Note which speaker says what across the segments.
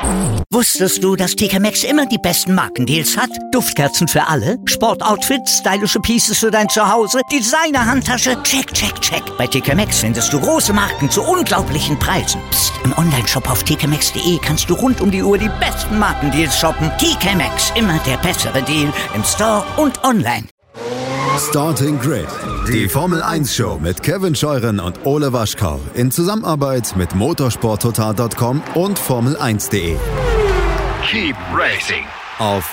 Speaker 1: Wusstest du, dass TK Maxx immer die besten Markendeals hat? Duftkerzen für alle, Sportoutfits, stylische Pieces für dein Zuhause, Designer-Handtasche, check, check, check. Bei TK Maxx findest du große Marken zu unglaublichen Preisen. Psst. Im Onlineshop auf tkmaxx.de kannst du rund um die Uhr die besten Markendeals shoppen. TK Maxx, immer der bessere Deal im Store und online.
Speaker 2: Starting Grid, die Formel 1 Show mit Kevin Scheuren und Ole Waschkau in Zusammenarbeit mit motorsporttotal.com und Formel1.de.
Speaker 3: Keep racing
Speaker 2: Auf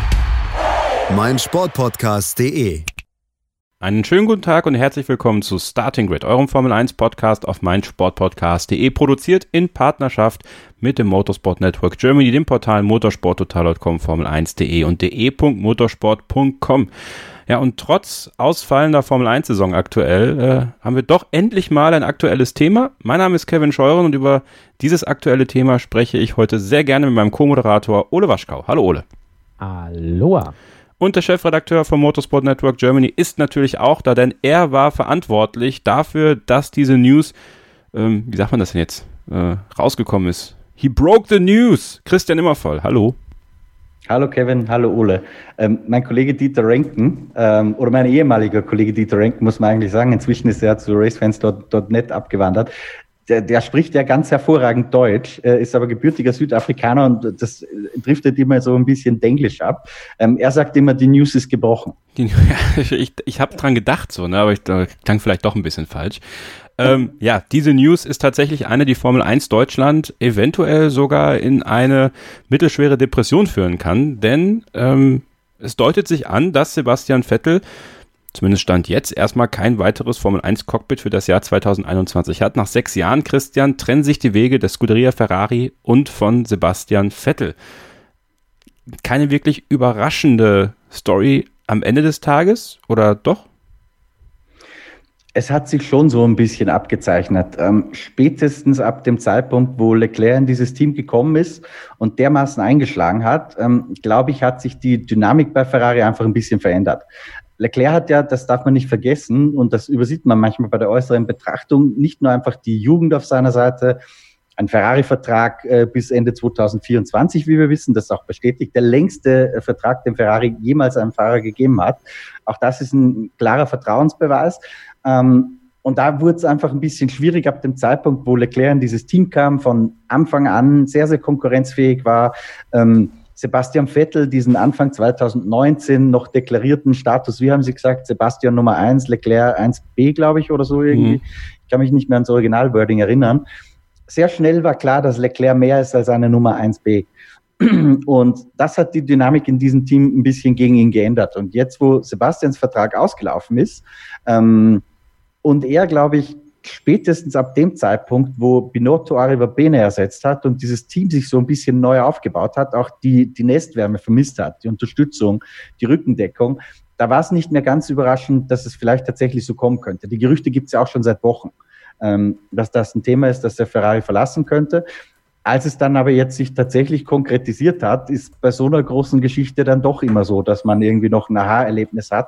Speaker 2: meinsportpodcast.de.
Speaker 4: Einen schönen guten Tag und herzlich willkommen zu Starting Grid, eurem Formel 1 Podcast auf meinsportpodcast.de, produziert in Partnerschaft mit dem Motorsport Network Germany, dem Portal motorsporttotal.com, formel1.de und de.motorsport.com. Ja, und trotz ausfallender Formel-1-Saison aktuell haben wir doch endlich mal ein aktuelles Thema. Mein Name ist Kevin Scheuren und über dieses aktuelle Thema spreche ich heute sehr gerne mit meinem Co-Moderator Ole Waschkau. Hallo Ole.
Speaker 5: Aloha.
Speaker 4: Und der Chefredakteur vom Motorsport Network Germany ist natürlich auch da, denn er war verantwortlich dafür, dass diese News, wie sagt man das denn jetzt, rausgekommen ist. He broke the news. Christian Immervoll, hallo.
Speaker 5: Hallo Kevin, hallo Ole. Mein Kollege Dieter Renken, oder mein ehemaliger Kollege Dieter Renken, muss man eigentlich sagen, inzwischen ist er zu racefans.net abgewandert. Der spricht ja ganz hervorragend Deutsch, ist aber gebürtiger Südafrikaner und das driftet immer so ein bisschen Denglisch ab. Er sagt immer, die News ist gebrochen.
Speaker 4: Ich habe dran gedacht, so, ne, aber ich klang vielleicht doch ein bisschen falsch. Ja, diese News ist tatsächlich eine, die Formel 1 Deutschland eventuell sogar in eine mittelschwere Depression führen kann, denn es deutet sich an, dass Sebastian Vettel, zumindest Stand jetzt, erstmal kein weiteres Formel 1 Cockpit für das Jahr 2021 hat. Nach 6 Jahren, Christian, trennen sich die Wege der Scuderia Ferrari und von Sebastian Vettel. Keine wirklich überraschende Story am Ende des Tages, oder doch?
Speaker 5: Es hat sich schon so ein bisschen abgezeichnet. Spätestens ab dem Zeitpunkt, wo Leclerc in dieses Team gekommen ist und dermaßen eingeschlagen hat, glaube ich, hat sich die Dynamik bei Ferrari einfach ein bisschen verändert. Leclerc hat ja, das darf man nicht vergessen, und das übersieht man manchmal bei der äußeren Betrachtung, nicht nur einfach die Jugend auf seiner Seite, ein Ferrari-Vertrag bis Ende 2024, wie wir wissen, das ist auch bestätigt, der längste Vertrag, den Ferrari jemals einem Fahrer gegeben hat. Auch das ist ein klarer Vertrauensbeweis. Und da wurde es einfach ein bisschen schwierig ab dem Zeitpunkt, wo Leclerc in dieses Team kam, von Anfang an sehr, sehr konkurrenzfähig war. Sebastian Vettel diesen Anfang 2019 noch deklarierten Status, wie haben Sie gesagt, Sebastian Nummer 1, Leclerc 1b, glaube ich, oder so irgendwie. Ich kann mich nicht mehr ans Originalwording erinnern. Sehr schnell war klar, dass Leclerc mehr ist als eine Nummer 1b. Und das hat die Dynamik in diesem Team ein bisschen gegen ihn geändert. Und jetzt, wo Sebastians Vertrag ausgelaufen ist, und er, glaube ich, spätestens ab dem Zeitpunkt, wo Binotto Arrivabene ersetzt hat und dieses Team sich so ein bisschen neu aufgebaut hat, auch die Nestwärme vermisst hat, die Unterstützung, die Rückendeckung, da war es nicht mehr ganz überraschend, dass es vielleicht tatsächlich so kommen könnte. Die Gerüchte gibt es ja auch schon seit Wochen, dass das ein Thema ist, dass der Ferrari verlassen könnte. Als es dann aber jetzt sich tatsächlich konkretisiert hat, ist bei so einer großen Geschichte dann doch immer so, dass man irgendwie noch ein Aha-Erlebnis hat.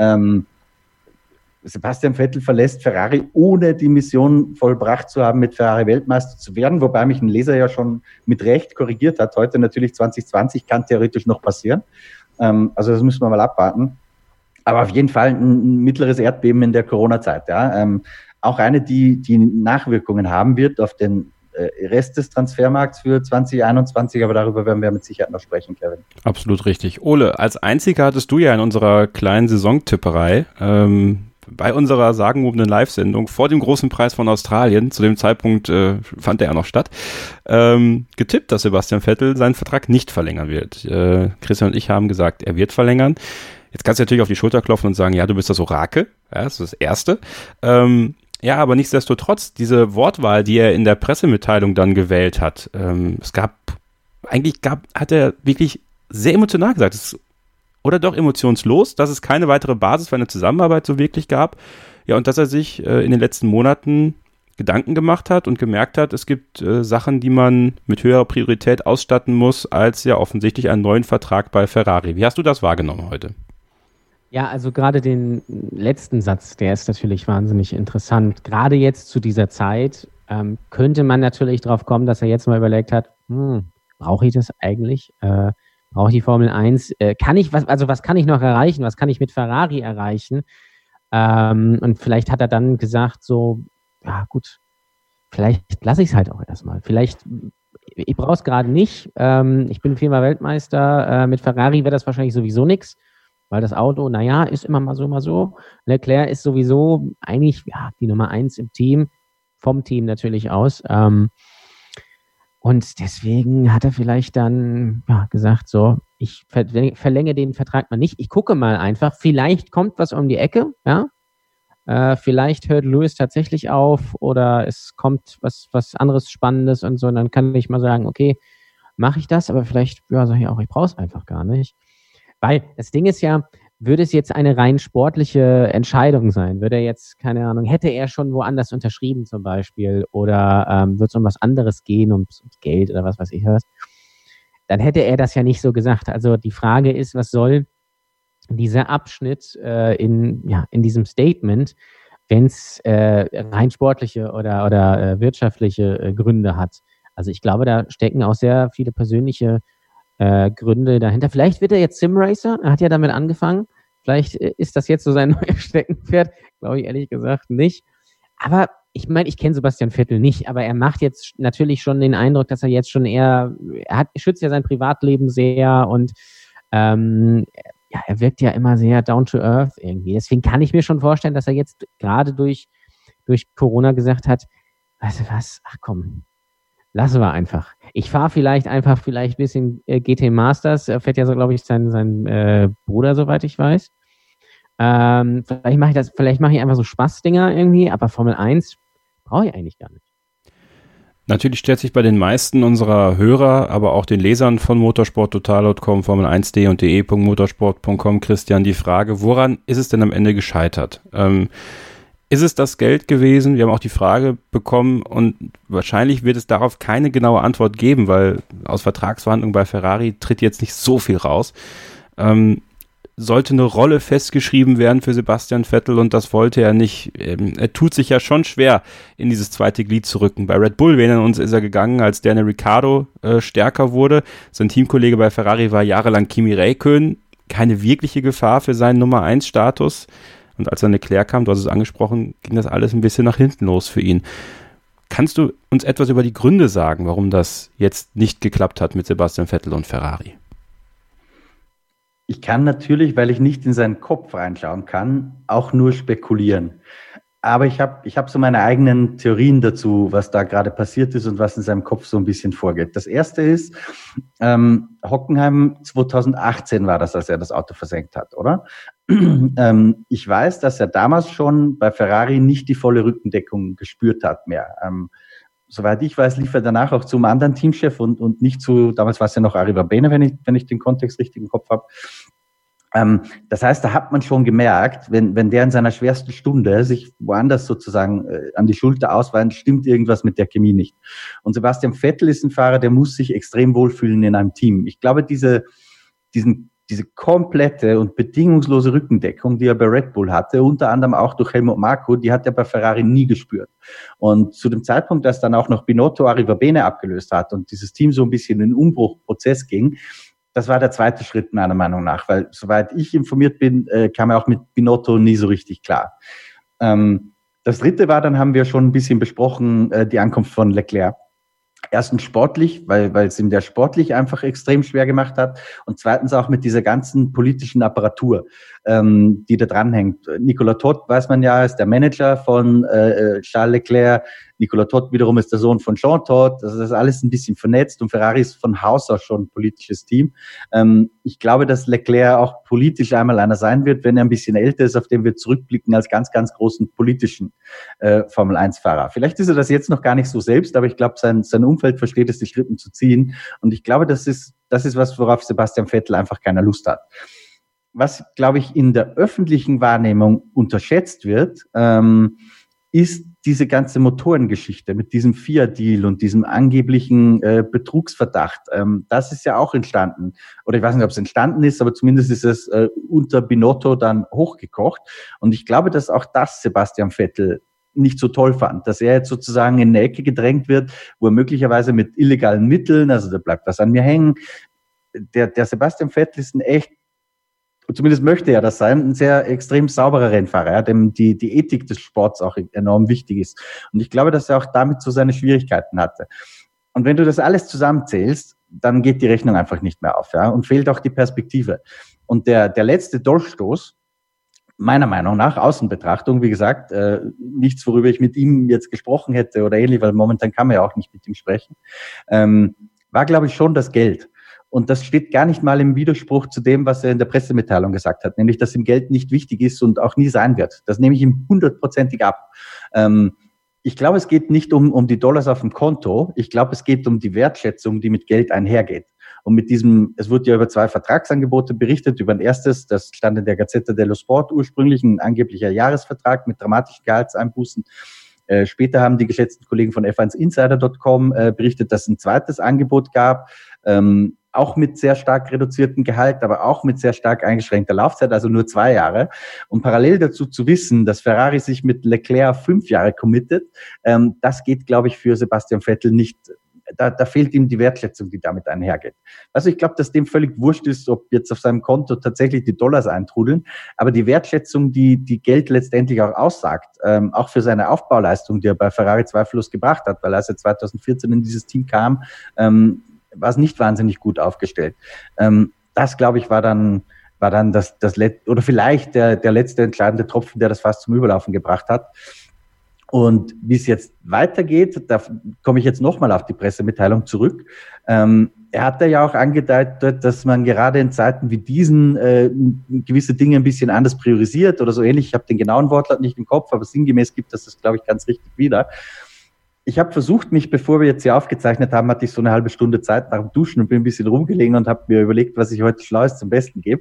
Speaker 5: Sebastian Vettel verlässt Ferrari, ohne die Mission vollbracht zu haben, mit Ferrari Weltmeister zu werden, wobei mich ein Leser ja schon mit Recht korrigiert hat. Heute natürlich 2020 kann theoretisch noch passieren. Also das müssen wir mal abwarten. Aber auf jeden Fall ein mittleres Erdbeben in der Corona-Zeit. Ja. Auch eine, die Nachwirkungen haben wird auf den Rest des Transfermarkts für 2021, aber darüber werden wir mit Sicherheit noch sprechen, Kevin.
Speaker 4: Absolut richtig. Ole, als Einziger hattest du ja in unserer kleinen Saisontipperei bei unserer sagenumwobenen Live-Sendung vor dem großen Preis von Australien, zu dem Zeitpunkt fand er ja noch statt, getippt, dass Sebastian Vettel seinen Vertrag nicht verlängern wird. Christian und ich haben gesagt, er wird verlängern. Jetzt kannst du natürlich auf die Schulter klopfen und sagen, ja, du bist das Orakel, ja, das ist das Erste. Ja, aber nichtsdestotrotz, diese Wortwahl, die er in der Pressemitteilung dann gewählt hat, hat er wirklich sehr emotional gesagt, oder doch emotionslos, dass es keine weitere Basis für eine Zusammenarbeit so wirklich gab. Ja, und dass er sich in den letzten Monaten Gedanken gemacht hat und gemerkt hat, es gibt Sachen, die man mit höherer Priorität ausstatten muss, als ja offensichtlich einen neuen Vertrag bei Ferrari. Wie hast du das wahrgenommen heute?
Speaker 6: Ja, also gerade den letzten Satz, der ist natürlich wahnsinnig interessant. Gerade jetzt zu dieser Zeit könnte man natürlich drauf kommen, dass er jetzt mal überlegt hat, brauche ich das eigentlich? Brauche ich die Formel 1? Was kann ich noch erreichen? Was kann ich mit Ferrari erreichen? Und vielleicht hat er dann gesagt so, ja gut, vielleicht lasse ich es halt auch erstmal. Vielleicht, ich brauche es gerade nicht. Ich bin 4-mal Weltmeister. Mit Ferrari wäre das wahrscheinlich sowieso nichts, weil das Auto, naja, ist immer mal so. Leclerc ist sowieso eigentlich die Nummer 1 im Team, vom Team natürlich aus. Und deswegen hat er vielleicht dann gesagt, so, ich verlängere den Vertrag mal nicht. Ich gucke mal einfach, vielleicht kommt was um die Ecke, ja. Vielleicht hört Lewis tatsächlich auf oder es kommt was anderes Spannendes und so. Und dann kann ich mal sagen, okay, mache ich das, aber vielleicht sage ich auch, ich brauche es einfach gar nicht. Weil das Ding ist ja, würde es jetzt eine rein sportliche Entscheidung sein? Würde er jetzt, keine Ahnung, hätte er schon woanders unterschrieben zum Beispiel oder wird es um was anderes gehen, ums Geld oder was weiß ich was, dann hätte er das ja nicht so gesagt. Also die Frage ist, was soll dieser Abschnitt in diesem Statement, wenn es rein sportliche oder wirtschaftliche Gründe hat? Also ich glaube, da stecken auch sehr viele persönliche Gründe dahinter. Vielleicht wird er jetzt Simracer, er hat ja damit angefangen. Vielleicht ist das jetzt so sein neues Steckenpferd. Glaube ich ehrlich gesagt nicht. Aber ich meine, ich kenne Sebastian Vettel nicht, aber er macht jetzt natürlich schon den Eindruck, dass er jetzt schon schützt ja sein Privatleben sehr und er wirkt ja immer sehr down to earth irgendwie. Deswegen kann ich mir schon vorstellen, dass er jetzt gerade durch Corona gesagt hat, weißt du was, ach komm, lassen wir einfach. Ich fahre vielleicht ein bisschen GT Masters. Er fährt ja so, glaube ich, sein Bruder, soweit ich weiß. Vielleicht mache ich einfach so Spaßdinger irgendwie, aber Formel 1 brauche ich eigentlich gar nicht.
Speaker 4: Natürlich stellt sich bei den meisten unserer Hörer, aber auch den Lesern von motorsporttotal.com, Formel1.de und de.motorsport.com, Christian, die Frage, woran ist es denn am Ende gescheitert? Ist es das Geld gewesen? Wir haben auch die Frage bekommen und wahrscheinlich wird es darauf keine genaue Antwort geben, weil aus Vertragsverhandlungen bei Ferrari tritt jetzt nicht so viel raus. Sollte eine Rolle festgeschrieben werden für Sebastian Vettel und das wollte er nicht. Er tut sich ja schon schwer, in dieses zweite Glied zu rücken. Bei Red Bull, wir erinnern uns, ist er gegangen, als Daniel Ricciardo stärker wurde. Sein Teamkollege bei Ferrari war jahrelang Kimi Räikkönen. Keine wirkliche Gefahr für seinen Nummer-1-Status. Und als dann Leclerc kam, du hast es angesprochen, ging das alles ein bisschen nach hinten los für ihn. Kannst du uns etwas über die Gründe sagen, warum das jetzt nicht geklappt hat mit Sebastian Vettel und Ferrari?
Speaker 5: Ich kann natürlich, weil ich nicht in seinen Kopf reinschauen kann, auch nur spekulieren. Aber ich hab so meine eigenen Theorien dazu, was da gerade passiert ist und was in seinem Kopf so ein bisschen vorgeht. Das erste ist, Hockenheim 2018 war das, als er das Auto versenkt hat, oder? Ich weiß, dass er damals schon bei Ferrari nicht die volle Rückendeckung gespürt hat mehr. Soweit ich weiß, lief er danach auch zum anderen Teamchef und nicht zu, damals war es ja noch Arriva Bene, wenn ich den Kontext richtig im Kopf habe. Das heißt, da hat man schon gemerkt, wenn der in seiner schwersten Stunde sich woanders sozusagen an die Schulter ausweint, stimmt irgendwas mit der Chemie nicht. Und Sebastian Vettel ist ein Fahrer, der muss sich extrem wohlfühlen in einem Team. Ich glaube, diese komplette und bedingungslose Rückendeckung, die er bei Red Bull hatte, unter anderem auch durch Helmut Marko, die hat er bei Ferrari nie gespürt. Und zu dem Zeitpunkt, als dann auch noch Binotto Arriva Bene abgelöst hat und dieses Team so ein bisschen in den Umbruchprozess ging, das war der zweite Schritt meiner Meinung nach, weil soweit ich informiert bin, kam er auch mit Binotto nie so richtig klar. Das dritte war, dann haben wir schon ein bisschen besprochen, die Ankunft von Leclerc. Erstens sportlich, weil es ihm der sportlich einfach extrem schwer gemacht hat und zweitens auch mit dieser ganzen politischen Apparatur, die da dranhängt. Nicolas Todt, weiß man ja, ist der Manager von Charles Leclerc. Nicolas Todt wiederum ist der Sohn von Jean Todt. Also das ist alles ein bisschen vernetzt und Ferrari ist von Haus aus schon ein politisches Team. Ich glaube, dass Leclerc auch politisch einmal einer sein wird, wenn er ein bisschen älter ist, auf den wir zurückblicken als ganz, ganz großen politischen Formel-1-Fahrer. Vielleicht ist er das jetzt noch gar nicht so selbst, aber ich glaube, sein Umfeld versteht es, die Strippen zu ziehen. Und ich glaube, das ist was, worauf Sebastian Vettel einfach keine Lust hat. Was, glaube ich, in der öffentlichen Wahrnehmung unterschätzt wird, ist diese ganze Motorengeschichte mit diesem FIA-Deal und diesem angeblichen Betrugsverdacht. Das ist ja auch entstanden. Oder ich weiß nicht, ob es entstanden ist, aber zumindest ist es unter Binotto dann hochgekocht. Und ich glaube, dass auch das Sebastian Vettel nicht so toll fand, dass er jetzt sozusagen in eine Ecke gedrängt wird, wo er möglicherweise mit illegalen Mitteln, also da bleibt was an mir hängen. Der Sebastian Vettel ist ein echt, zumindest möchte er das sein, ein sehr extrem sauberer Rennfahrer, ja, dem die Ethik des Sports auch enorm wichtig ist. Und ich glaube, dass er auch damit so seine Schwierigkeiten hatte. Und wenn du das alles zusammenzählst, dann geht die Rechnung einfach nicht mehr auf, ja, und fehlt auch die Perspektive. Und der letzte Dolchstoß, meiner Meinung nach, Außenbetrachtung, wie gesagt, nichts, worüber ich mit ihm jetzt gesprochen hätte oder ähnlich, weil momentan kann man ja auch nicht mit ihm sprechen, war, glaube ich, schon das Geld. Und das steht gar nicht mal im Widerspruch zu dem, was er in der Pressemitteilung gesagt hat, nämlich, dass ihm Geld nicht wichtig ist und auch nie sein wird. Das nehme ich ihm 100%ig ab. Ich glaube, es geht nicht um die Dollars auf dem Konto. Ich glaube, es geht um die Wertschätzung, die mit Geld einhergeht. Und mit diesem, es wurde ja über 2 Vertragsangebote berichtet, über ein erstes, das stand in der Gazzetta dello Sport ursprünglich, ein angeblicher Jahresvertrag mit dramatischen Gehaltseinbußen. Später haben die geschätzten Kollegen von F1Insider.com berichtet, dass es ein zweites Angebot gab, auch mit sehr stark reduziertem Gehalt, aber auch mit sehr stark eingeschränkter Laufzeit, also nur 2 Jahre. Und parallel dazu zu wissen, dass Ferrari sich mit Leclerc 5 Jahre committet, das geht, glaube ich, für Sebastian Vettel nicht. Da fehlt ihm die Wertschätzung, die damit einhergeht. Also ich glaube, dass dem völlig wurscht ist, ob jetzt auf seinem Konto tatsächlich die Dollars eintrudeln, aber die Wertschätzung, die Geld letztendlich auch aussagt, auch für seine Aufbauleistung, die er bei Ferrari zweifellos gebracht hat, weil als er 2014 in dieses Team kam, war es nicht wahnsinnig gut aufgestellt. Das, glaube ich, war dann das oder vielleicht der letzte entscheidende Tropfen, der das fast zum Überlaufen gebracht hat. Und wie es jetzt weitergeht, da komme ich jetzt nochmal auf die Pressemitteilung zurück. Er hat ja auch angedeutet, dass man gerade in Zeiten wie diesen gewisse Dinge ein bisschen anders priorisiert oder so ähnlich. Ich habe den genauen Wortlaut nicht im Kopf, aber sinngemäß gibt das, glaube ich, ganz richtig wieder. Ich habe versucht, bevor wir jetzt hier aufgezeichnet haben, hatte ich so eine halbe Stunde Zeit nach dem Duschen und bin ein bisschen rumgelegen und habe mir überlegt, was ich heute Schlaues zum Besten gebe.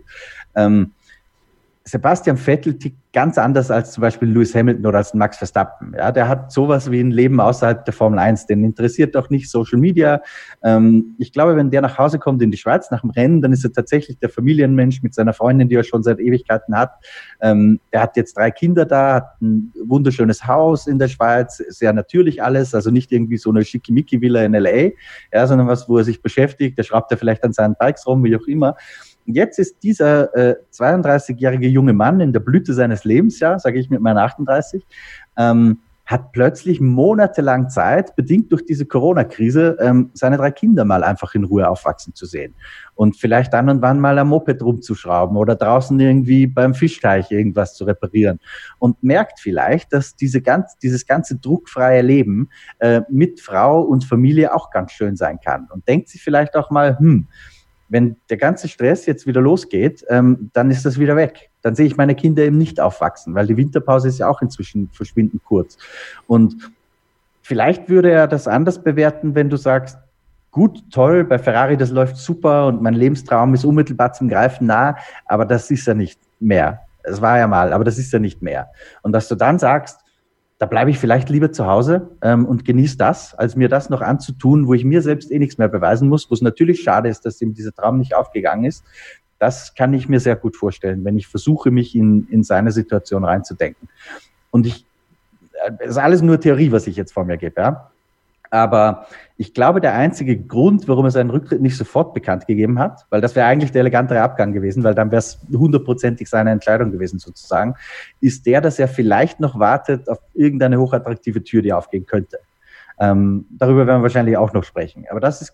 Speaker 5: Sebastian Vettel tickt ganz anders als zum Beispiel Lewis Hamilton oder als Max Verstappen. Ja, der hat sowas wie ein Leben außerhalb der Formel 1. Den interessiert auch nicht Social Media. Ich glaube, wenn der nach Hause kommt in die Schweiz nach dem Rennen, dann ist er tatsächlich der Familienmensch mit seiner Freundin, die er schon seit Ewigkeiten hat. Er hat jetzt 3 Kinder da, hat ein wunderschönes Haus in der Schweiz, sehr natürlich alles, also nicht irgendwie so eine Schickimicki-Villa in LA, ja, sondern was, wo er sich beschäftigt. Der schraubt er vielleicht an seinen Bikes rum, wie auch immer. Jetzt ist dieser 32-jährige junge Mann in der Blüte seines Lebens, ja, sage ich mit meinen 38, hat plötzlich monatelang Zeit, bedingt durch diese Corona-Krise, seine 3 Kinder mal einfach in Ruhe aufwachsen zu sehen. Und vielleicht dann und wann mal am Moped rumzuschrauben oder draußen irgendwie beim Fischteich irgendwas zu reparieren. Und merkt vielleicht, dass dieses ganze druckfreie Leben mit Frau und Familie auch ganz schön sein kann. Und denkt sich vielleicht auch mal, wenn der ganze Stress jetzt wieder losgeht, dann ist das wieder weg. Dann sehe ich meine Kinder eben nicht aufwachsen, weil die Winterpause ist ja auch inzwischen verschwindend kurz. Und vielleicht würde er das anders bewerten, wenn du sagst, gut, toll, bei Ferrari, das läuft super und mein Lebenstraum ist unmittelbar zum Greifen nah, aber das ist ja nicht mehr. Es war ja mal, aber das ist ja nicht mehr. Und dass du dann sagst, da bleibe ich vielleicht lieber zu Hause und genieße das, als mir das noch anzutun, wo ich mir selbst nichts mehr beweisen muss, wo es natürlich schade ist, dass ihm dieser Traum nicht aufgegangen ist. Das kann ich mir sehr gut vorstellen, wenn ich versuche, mich in seine Situation reinzudenken. Und es ist alles nur Theorie, was ich jetzt vor mir gebe, ja. Aber ich glaube, der einzige Grund, warum er seinen Rücktritt nicht sofort bekannt gegeben hat, weil das wäre eigentlich der elegantere Abgang gewesen, weil dann wäre es 100%ig seine Entscheidung gewesen sozusagen, ist der, dass er vielleicht noch wartet auf irgendeine hochattraktive Tür, die aufgehen könnte. Darüber werden wir wahrscheinlich auch noch sprechen. Aber das ist,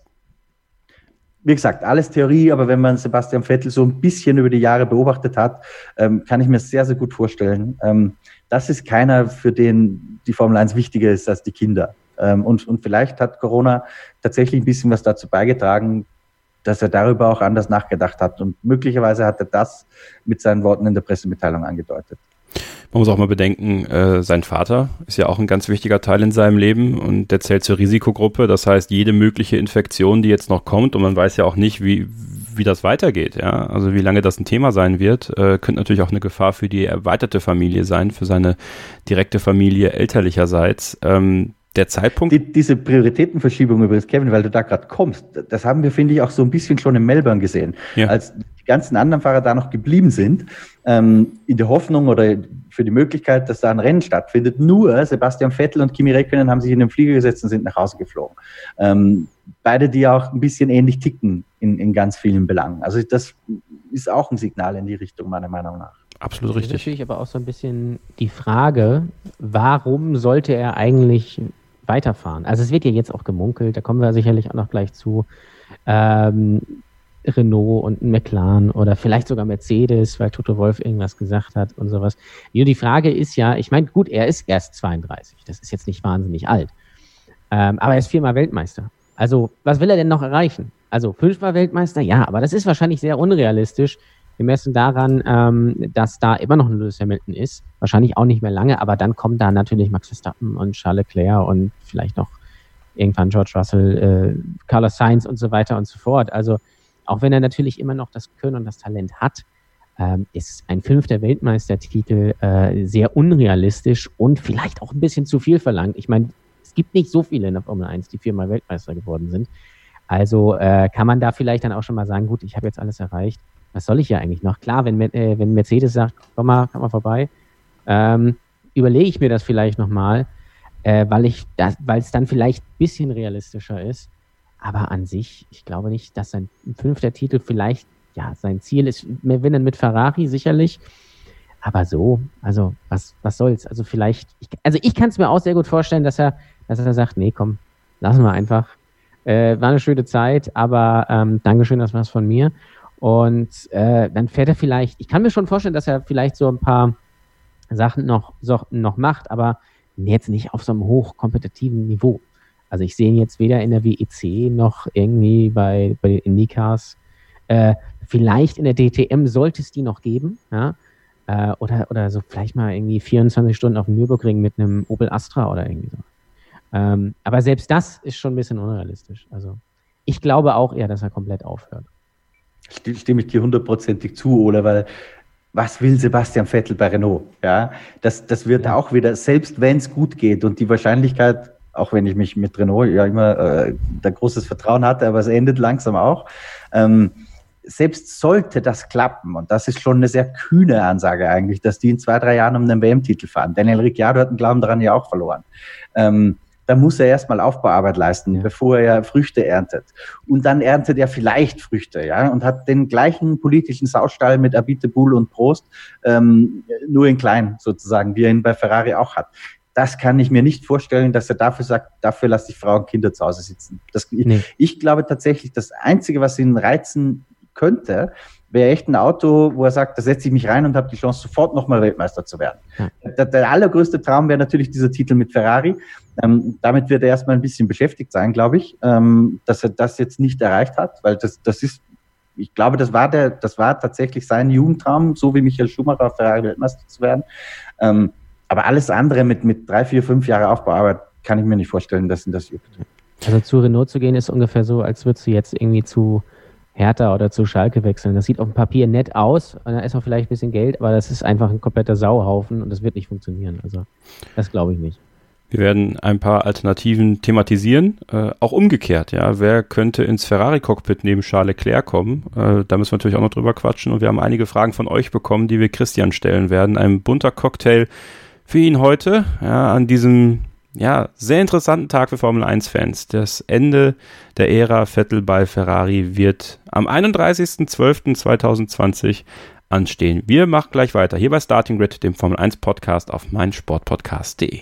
Speaker 5: wie gesagt, alles Theorie, aber wenn man Sebastian Vettel so ein bisschen über die Jahre beobachtet hat, kann ich mir sehr, sehr gut vorstellen, das ist keiner, für den die Formel 1 wichtiger ist als die Kinder. Und vielleicht hat Corona tatsächlich ein bisschen was dazu beigetragen, dass er darüber auch anders nachgedacht hat. Und möglicherweise hat er das mit seinen Worten in der Pressemitteilung angedeutet.
Speaker 4: Man muss auch mal bedenken, sein Vater ist ja auch ein ganz wichtiger Teil in seinem Leben und der zählt zur Risikogruppe. Das heißt, jede mögliche Infektion, die jetzt noch kommt, und man weiß ja auch nicht, wie das weitergeht, ja, also wie lange das ein Thema sein wird, könnte natürlich auch eine Gefahr für die erweiterte Familie sein, für seine direkte Familie elterlicherseits. Der Zeitpunkt...
Speaker 5: Diese Prioritätenverschiebung übrigens, Kevin, weil du da gerade kommst, das haben wir, finde ich, auch so ein bisschen schon in Melbourne gesehen. Ja. Als die ganzen anderen Fahrer da noch geblieben sind, in der Hoffnung oder für die Möglichkeit, dass da ein Rennen stattfindet. Nur Sebastian Vettel und Kimi Räikkönen haben sich in den Flieger gesetzt und sind nach Hause geflogen. Beide, die auch ein bisschen ähnlich ticken in ganz vielen Belangen. Also das ist auch ein Signal in die Richtung, meiner Meinung nach.
Speaker 4: Absolut richtig.
Speaker 6: Das ist natürlich aber auch so ein bisschen die Frage, warum sollte er eigentlich weiterfahren? Also es wird ja jetzt auch gemunkelt, da kommen wir sicherlich auch noch gleich zu, Renault und McLaren oder vielleicht sogar Mercedes, weil Toto Wolff irgendwas gesagt hat und sowas. Die Frage ist ja, ich meine, gut, er ist erst 32, das ist jetzt nicht wahnsinnig alt, aber er ist 4-mal Weltmeister. Also, was will er denn noch erreichen? Also, 5-mal Weltmeister, ja, aber das ist wahrscheinlich sehr unrealistisch, gemessen daran, dass da immer noch ein Lewis Hamilton ist, wahrscheinlich auch nicht mehr lange, aber dann kommen da natürlich Max Verstappen und Charles Leclerc und vielleicht noch irgendwann George Russell, Carlos Sainz und so weiter und so fort. Also, auch wenn er natürlich immer noch das Können und das Talent hat, ist ein 5. Weltmeistertitel sehr unrealistisch und vielleicht auch ein bisschen zu viel verlangt. Ich meine, es gibt nicht so viele in der Formel 1, die 4-mal Weltmeister geworden sind. Also kann man da vielleicht dann auch schon mal sagen, gut, ich habe jetzt alles erreicht. Was soll ich ja eigentlich noch? Klar, wenn Mercedes sagt, komm mal vorbei, überlege ich mir das vielleicht nochmal, weil es dann vielleicht ein bisschen realistischer ist. Aber an sich, ich glaube nicht, dass sein 5. Titel vielleicht, ja, sein Ziel ist, mehr gewinnen mit Ferrari sicherlich. Aber so, also was soll's? Also vielleicht, ich kann es mir auch sehr gut vorstellen, dass er sagt, nee, komm, lassen wir einfach. War eine schöne Zeit, aber Dankeschön, das war's von mir. Und dann fährt er vielleicht, ich kann mir schon vorstellen, dass er vielleicht so ein paar Sachen noch macht, aber jetzt nicht auf so einem hochkompetitiven Niveau. Also ich sehe ihn jetzt weder in der WEC noch irgendwie bei IndyCars. Vielleicht in der DTM sollte es die noch geben, ja? Oder so vielleicht mal irgendwie 24 Stunden auf dem Nürburgring mit einem Opel Astra oder irgendwie so. Aber selbst das ist schon ein bisschen unrealistisch. Also ich glaube auch eher, dass er komplett aufhört.
Speaker 5: Stimme ich dir 100%ig zu, Ole, weil was will Sebastian Vettel bei Renault? Ja, das wird auch wieder, selbst wenn es gut geht und die Wahrscheinlichkeit, auch wenn ich mich mit Renault ja immer da großes Vertrauen hatte, aber es endet langsam auch, selbst sollte das klappen, und das ist schon eine sehr kühne Ansage eigentlich, dass die in 2-3 Jahren um den WM-Titel fahren. Daniel Ricciardo hat den Glauben daran ja auch verloren. Da muss er erstmal Aufbauarbeit leisten, bevor er Früchte erntet. Und dann erntet er vielleicht Früchte, ja, und hat den gleichen politischen Saustall mit Abiteboul und Prost, nur in klein sozusagen, wie er ihn bei Ferrari auch hat. Das kann ich mir nicht vorstellen, dass er dafür sagt, dafür lasse ich Frauen und Kinder zu Hause sitzen. Ich glaube tatsächlich, das Einzige, was ihn reizen könnte, wäre echt ein Auto, wo er sagt, da setze ich mich rein und habe die Chance, sofort nochmal Weltmeister zu werden. Ja. Der allergrößte Traum wäre natürlich dieser Titel mit Ferrari. Damit wird er erstmal ein bisschen beschäftigt sein, glaube ich, dass er das jetzt nicht erreicht hat, weil das ist, ich glaube, das war tatsächlich sein Jugendtraum, so wie Michael Schumacher Ferrari Weltmeister zu werden. Aber alles andere mit 3, 4, 5 Jahre Aufbauarbeit kann ich mir nicht vorstellen, dass ihn das juckt.
Speaker 6: Also zu Renault zu gehen ist ungefähr so, als würdest du jetzt irgendwie zu Hertha oder zu Schalke wechseln. Das sieht auf dem Papier nett aus und da ist auch vielleicht ein bisschen Geld, aber das ist einfach ein kompletter Sauhaufen und das wird nicht funktionieren. Also das glaube ich nicht.
Speaker 4: Wir werden ein paar Alternativen thematisieren, auch umgekehrt, ja. Wer könnte ins Ferrari-Cockpit neben Charles Leclerc kommen? Da müssen wir natürlich auch noch drüber quatschen und wir haben einige Fragen von euch bekommen, die wir Christian stellen werden. Ein bunter Cocktail für ihn heute, ja, an diesem sehr interessanten Tag für Formel-1-Fans. Das Ende der Ära Vettel bei Ferrari wird am 31.12.2020 anstehen. Wir machen gleich weiter hier bei Starting Grid, dem Formel-1-Podcast auf meinsportpodcast.de.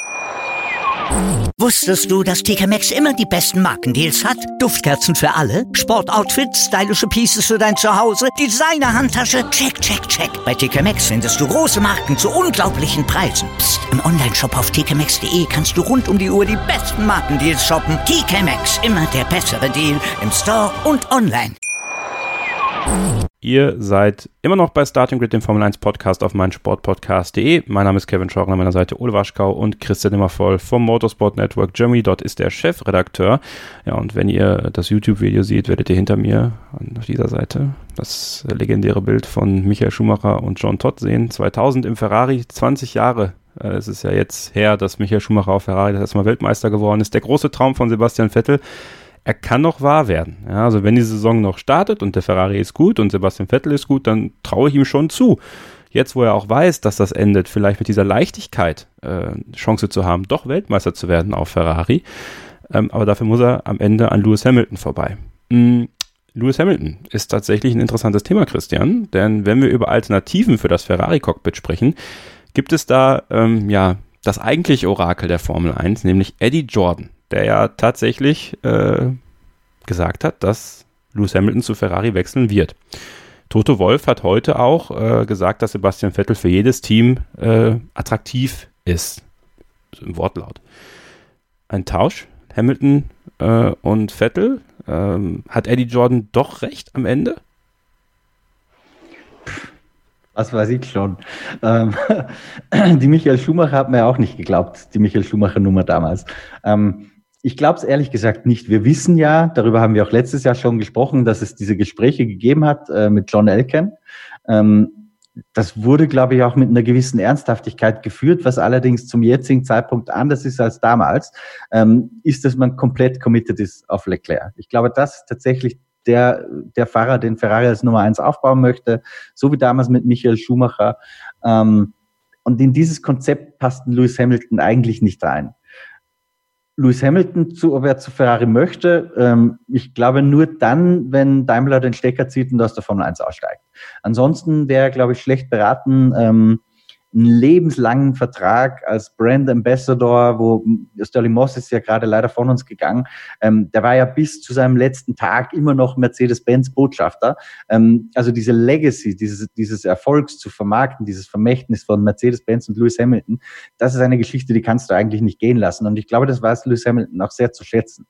Speaker 1: Wusstest du, dass TK Maxx immer die besten Markendeals hat? Duftkerzen für alle, Sportoutfits, stylische Pieces für dein Zuhause, Designer-Handtasche, check, check, check. Bei TK Maxx findest du große Marken zu unglaublichen Preisen. Psst. Im Onlineshop auf tkmaxx.de kannst du rund um die Uhr die besten Markendeals shoppen. TK Maxx, immer der bessere Deal im Store und online.
Speaker 4: Ihr seid immer noch bei Starting Grid, dem Formel 1 Podcast auf meinsportpodcast.de. Mein Name ist Kevin Scheuren, an meiner Seite Ole Waschkau und Christian Immervoll vom Motorsport Network Germany. Dort ist der Chefredakteur. Ja, und wenn ihr das YouTube-Video seht, werdet ihr hinter mir auf dieser Seite das legendäre Bild von Michael Schumacher und Jean Todt sehen. 2000 im Ferrari, 20 Jahre. Es ist ja jetzt her, dass Michael Schumacher auf Ferrari das erste Mal Weltmeister geworden ist. Der große Traum von Sebastian Vettel. er kann noch wahr werden. Ja, also wenn die Saison noch startet und der Ferrari ist gut und Sebastian Vettel ist gut, dann traue ich ihm schon zu. Jetzt, wo er auch weiß, dass das endet, vielleicht mit dieser Leichtigkeit Chance zu haben, doch Weltmeister zu werden auf Ferrari. Aber dafür muss er am Ende an Lewis Hamilton vorbei. Lewis Hamilton ist tatsächlich ein interessantes Thema, Christian, denn wenn wir über Alternativen für das Ferrari-Cockpit sprechen, gibt es da das eigentliche Orakel der Formel 1, nämlich Eddie Jordan, der ja tatsächlich gesagt hat, dass Lewis Hamilton zu Ferrari wechseln wird. Toto Wolff hat heute auch gesagt, dass Sebastian Vettel für jedes Team attraktiv ist, so im Wortlaut. Ein Tausch, Hamilton und Vettel. Hat Eddie Jordan doch recht am Ende?
Speaker 5: Was weiß ich schon. Die Michael Schumacher hat mir ja auch nicht geglaubt, die Michael Schumacher-Nummer damals. Ich glaube es ehrlich gesagt nicht. Wir wissen ja, darüber haben wir auch letztes Jahr schon gesprochen, dass es diese Gespräche gegeben hat mit John Elkann. Das wurde, glaube ich, auch mit einer gewissen Ernsthaftigkeit geführt, was allerdings zum jetzigen Zeitpunkt anders ist als damals, ist, dass man komplett committed ist auf Leclerc. Ich glaube, das ist tatsächlich der Fahrer, den Ferrari als Nummer 1 aufbauen möchte, so wie damals mit Michael Schumacher. Und in dieses Konzept passt Lewis Hamilton eigentlich nicht rein. Lewis Hamilton, ob er zu Ferrari möchte, ich glaube nur dann, wenn Daimler den Stecker zieht und aus der Formel 1 aussteigt. Ansonsten wäre er, glaube ich, schlecht beraten, einen lebenslangen Vertrag als Brand Ambassador, wo Stirling Moss ist ja gerade leider von uns gegangen, der war ja bis zu seinem letzten Tag immer noch Mercedes-Benz-Botschafter. Also diese Legacy, dieses Erfolgs zu vermarkten, dieses Vermächtnis von Mercedes-Benz und Lewis Hamilton, das ist eine Geschichte, die kannst du eigentlich nicht gehen lassen. Und ich glaube, das weiß Lewis Hamilton auch sehr zu schätzen.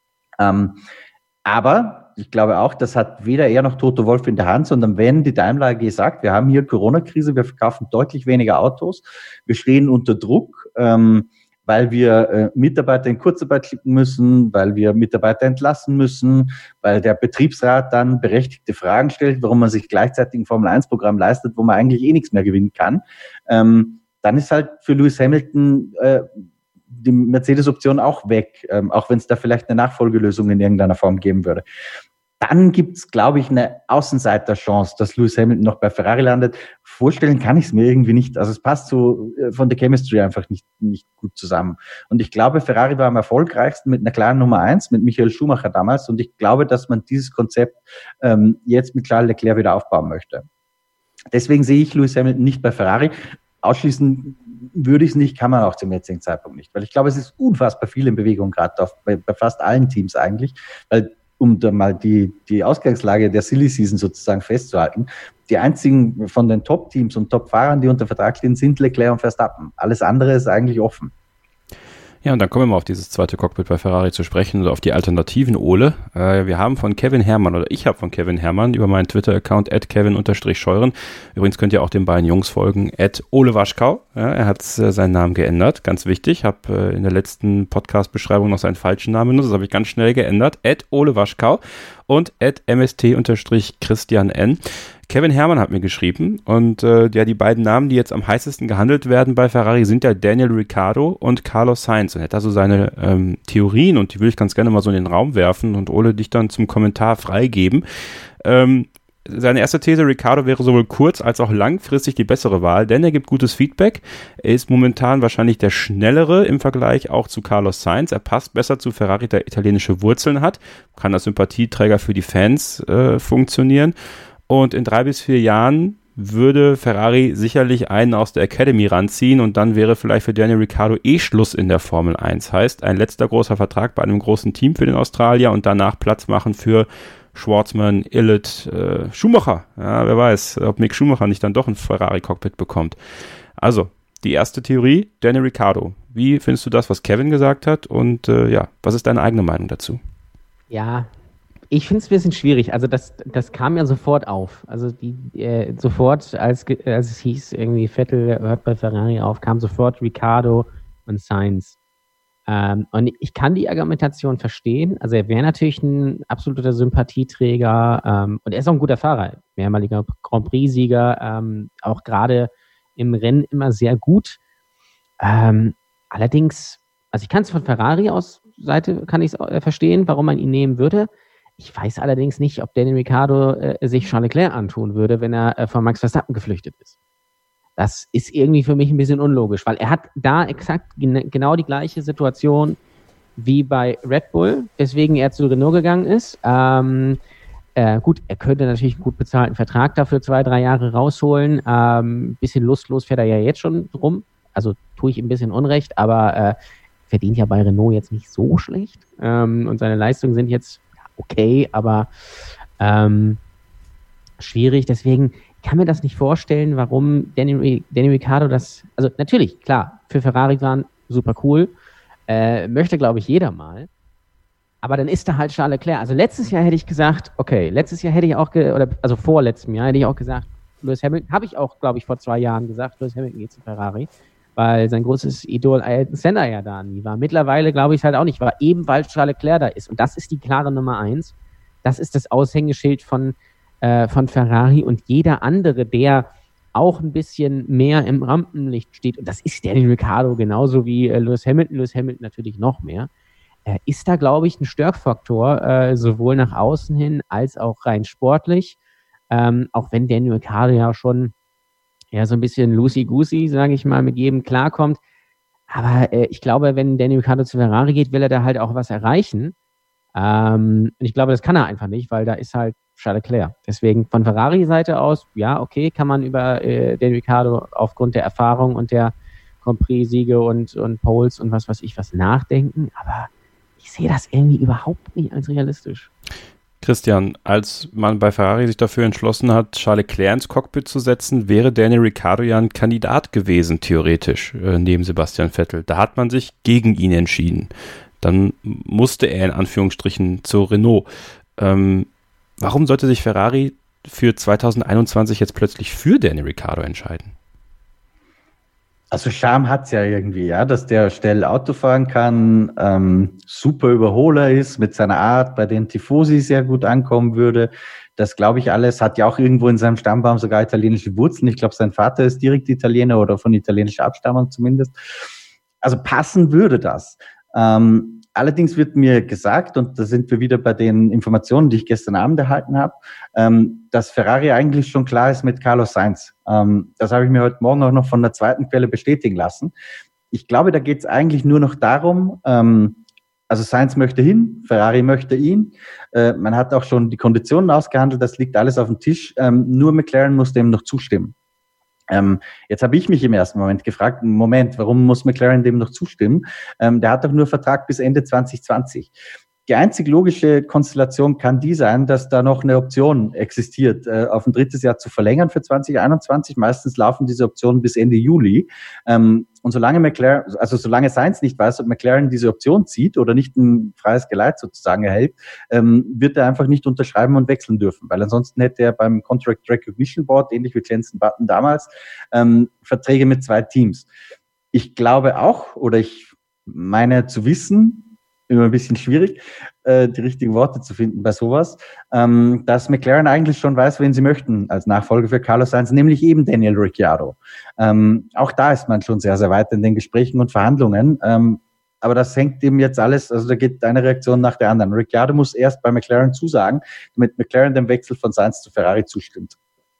Speaker 5: Aber ich glaube auch, das hat weder er noch Toto Wolff in der Hand, sondern wenn die Daimler AG sagt, wir haben hier Corona-Krise, wir verkaufen deutlich weniger Autos, wir stehen unter Druck, weil wir Mitarbeiter in Kurzarbeit schicken müssen, weil wir Mitarbeiter entlassen müssen, weil der Betriebsrat dann berechtigte Fragen stellt, warum man sich gleichzeitig ein Formel-1-Programm leistet, wo man eigentlich nichts mehr gewinnen kann, dann ist halt für Lewis Hamilton die Mercedes-Option auch weg, auch wenn es da vielleicht eine Nachfolgelösung in irgendeiner Form geben würde. Dann gibt es, glaube ich, eine Außenseiterchance, dass Lewis Hamilton noch bei Ferrari landet. Vorstellen kann ich es mir irgendwie nicht. Also es passt so von der Chemistry einfach nicht gut zusammen. Und ich glaube, Ferrari war am erfolgreichsten mit einer klaren Nummer 1, mit Michael Schumacher damals. Und ich glaube, dass man dieses Konzept jetzt mit Charles Leclerc wieder aufbauen möchte. Deswegen sehe ich Lewis Hamilton nicht bei Ferrari. Ausschließen würde ich es nicht, kann man auch zum jetzigen Zeitpunkt nicht. Weil ich glaube, es ist unfassbar viel in Bewegung, gerade bei fast allen Teams eigentlich. Weil, um da mal die Ausgangslage der Silly Season sozusagen festzuhalten, die einzigen von den Top-Teams und Top-Fahrern, die unter Vertrag stehen, sind Leclerc und Verstappen. Alles andere ist eigentlich offen.
Speaker 4: Ja, und dann kommen wir mal auf dieses zweite Cockpit bei Ferrari zu sprechen oder auf die Alternativen, Ole. Wir haben von Kevin Herrmann, oder ich habe von Kevin Herrmann über meinen Twitter-Account @Kevin_Scheuren. Übrigens könnt ihr auch den beiden Jungs folgen, @Ole_Waschkau. Ja, er hat seinen Namen geändert, ganz wichtig. Habe in der letzten Podcast-Beschreibung noch seinen falschen Namen benutzt, das habe ich ganz schnell geändert. @Ole_Waschkau und @MST_Christian N. Kevin Herrmann hat mir geschrieben und die beiden Namen, die jetzt am heißesten gehandelt werden bei Ferrari, sind ja Daniel Ricciardo und Carlos Sainz. Und er hat also seine Theorien und die will ich ganz gerne mal so in den Raum werfen und Ole dich dann zum Kommentar freigeben. Seine erste These, Ricciardo wäre sowohl kurz- als auch langfristig die bessere Wahl, denn er gibt gutes Feedback. Er ist momentan wahrscheinlich der Schnellere im Vergleich auch zu Carlos Sainz. Er passt besser zu Ferrari, der italienische Wurzeln hat, kann als Sympathieträger für die Fans funktionieren. Und in 3 bis 4 Jahren würde Ferrari sicherlich einen aus der Academy ranziehen und dann wäre vielleicht für Daniel Ricciardo Schluss in der Formel 1. Heißt, ein letzter großer Vertrag bei einem großen Team für den Australier und danach Platz machen für Schwartzman, Illet, Schumacher. Ja, wer weiß, ob Mick Schumacher nicht dann doch ein Ferrari-Cockpit bekommt. Also, die erste Theorie, Daniel Ricciardo. Wie findest du das, was Kevin gesagt hat? Und was ist deine eigene Meinung dazu?
Speaker 6: Ja, ich finde es ein bisschen schwierig. Also das kam ja sofort auf. Also sofort, als es hieß, irgendwie Vettel hört bei Ferrari auf, kam sofort Ricciardo und Sainz. Und ich kann die Argumentation verstehen. Also er wäre natürlich ein absoluter Sympathieträger und er ist auch ein guter Fahrer. Mehrmaliger Grand Prix-Sieger, auch gerade im Rennen immer sehr gut. Allerdings, also ich kann es von Ferrari aus Seite kann ich es verstehen, warum man ihn nehmen würde. Ich weiß allerdings nicht, ob Daniel Ricciardo sich Charles Leclerc antun würde, wenn er von Max Verstappen geflüchtet ist. Das ist irgendwie für mich ein bisschen unlogisch, weil er hat da exakt genau die gleiche Situation wie bei Red Bull, weswegen er zu Renault gegangen ist. Gut, er könnte natürlich einen gut bezahlten Vertrag dafür 2-3 Jahre rausholen. Bisschen lustlos fährt er ja jetzt schon rum. Also tue ich ihm ein bisschen Unrecht, aber verdient ja bei Renault jetzt nicht so schlecht. Und seine Leistungen sind jetzt okay, aber schwierig. Deswegen kann mir das nicht vorstellen, warum Daniel Ricciardo das... Also natürlich, klar, für Ferrari waren super cool. Möchte, glaube ich, jeder mal. Aber dann ist da halt Charles Leclerc. Also letztes Jahr hätte ich gesagt, okay, vorletztem Jahr hätte ich auch gesagt, Lewis Hamilton, habe ich auch, glaube ich, vor 2 Jahren gesagt, Lewis Hamilton geht zu Ferrari, weil sein großes Idol Ayrton Senna ja da nie war. Mittlerweile glaube ich es halt auch nicht, war eben, weil Charles Leclerc da ist. Und das ist die klare Nummer 1. Das ist das Aushängeschild von Ferrari und jeder andere, der auch ein bisschen mehr im Rampenlicht steht, und das ist Daniel Ricciardo genauso wie Lewis Hamilton natürlich noch mehr, ist da, glaube ich, ein Störfaktor, sowohl nach außen hin als auch rein sportlich. Auch wenn Daniel Ricciardo ja schon so ein bisschen loosey-goosey, sage ich mal, mit jedem klarkommt. Aber ich glaube, wenn Daniel Ricciardo zu Ferrari geht, will er da halt auch was erreichen. Und ich glaube, das kann er einfach nicht, weil da ist halt Charles Leclerc. Deswegen von Ferrari-Seite aus, ja, okay, kann man über Daniel Ricciardo aufgrund der Erfahrung und der Grand Prix-Siege und Poles und was weiß ich was nachdenken, aber ich sehe das irgendwie überhaupt nicht als realistisch.
Speaker 4: Christian, als man bei Ferrari sich dafür entschlossen hat, Charles Leclerc ins Cockpit zu setzen, wäre Daniel Ricciardo ja ein Kandidat gewesen, theoretisch, neben Sebastian Vettel. Da hat man sich gegen ihn entschieden. Dann musste er in Anführungsstrichen zu Renault. Warum sollte sich Ferrari für 2021 jetzt plötzlich für Daniel Ricciardo entscheiden?
Speaker 5: Also Charme hat's ja irgendwie, ja, dass der schnell Auto fahren kann, super Überholer ist mit seiner Art, bei den Tifosi sehr gut ankommen würde. Das glaube ich alles, hat ja auch irgendwo in seinem Stammbaum sogar italienische Wurzeln. Ich glaube, sein Vater ist direkt Italiener oder von italienischer Abstammung zumindest. Also passen würde das. Allerdings wird mir gesagt, und da sind wir wieder bei den Informationen, die ich gestern Abend erhalten habe, dass Ferrari eigentlich schon klar ist mit Carlos Sainz. Das habe ich mir heute Morgen auch noch von der zweiten Quelle bestätigen lassen. Ich glaube, da geht es eigentlich nur noch darum, also Sainz möchte hin, Ferrari möchte ihn. Man hat auch schon die Konditionen ausgehandelt, das liegt alles auf dem Tisch. Nur McLaren muss dem noch zustimmen. Jetzt habe ich mich im ersten Moment gefragt, warum muss McLaren dem noch zustimmen? Der hat doch nur Vertrag bis Ende 2020. Die einzig logische Konstellation kann die sein, dass da noch eine Option existiert, auf ein drittes Jahr zu verlängern für 2021. Meistens laufen diese Optionen bis Ende Juli. Und solange Sainz nicht weiß, ob McLaren diese Option zieht oder nicht ein freies Geleit sozusagen erhält, wird er einfach nicht unterschreiben und wechseln dürfen, weil ansonsten hätte er beim Contract Recognition Board, ähnlich wie Jenson Button damals, Verträge mit 2 Teams. Ich glaube auch, oder ich meine zu wissen, immer ein bisschen schwierig, die richtigen Worte zu finden bei sowas, dass McLaren eigentlich schon weiß, wen sie möchten als Nachfolger für Carlos Sainz, nämlich eben Daniel Ricciardo. Auch da ist man schon sehr, sehr weit in den Gesprächen und Verhandlungen, aber das hängt eben jetzt alles, also da geht eine Reaktion nach der anderen. Ricciardo muss erst bei McLaren zusagen, damit McLaren dem Wechsel von Sainz zu Ferrari zustimmt.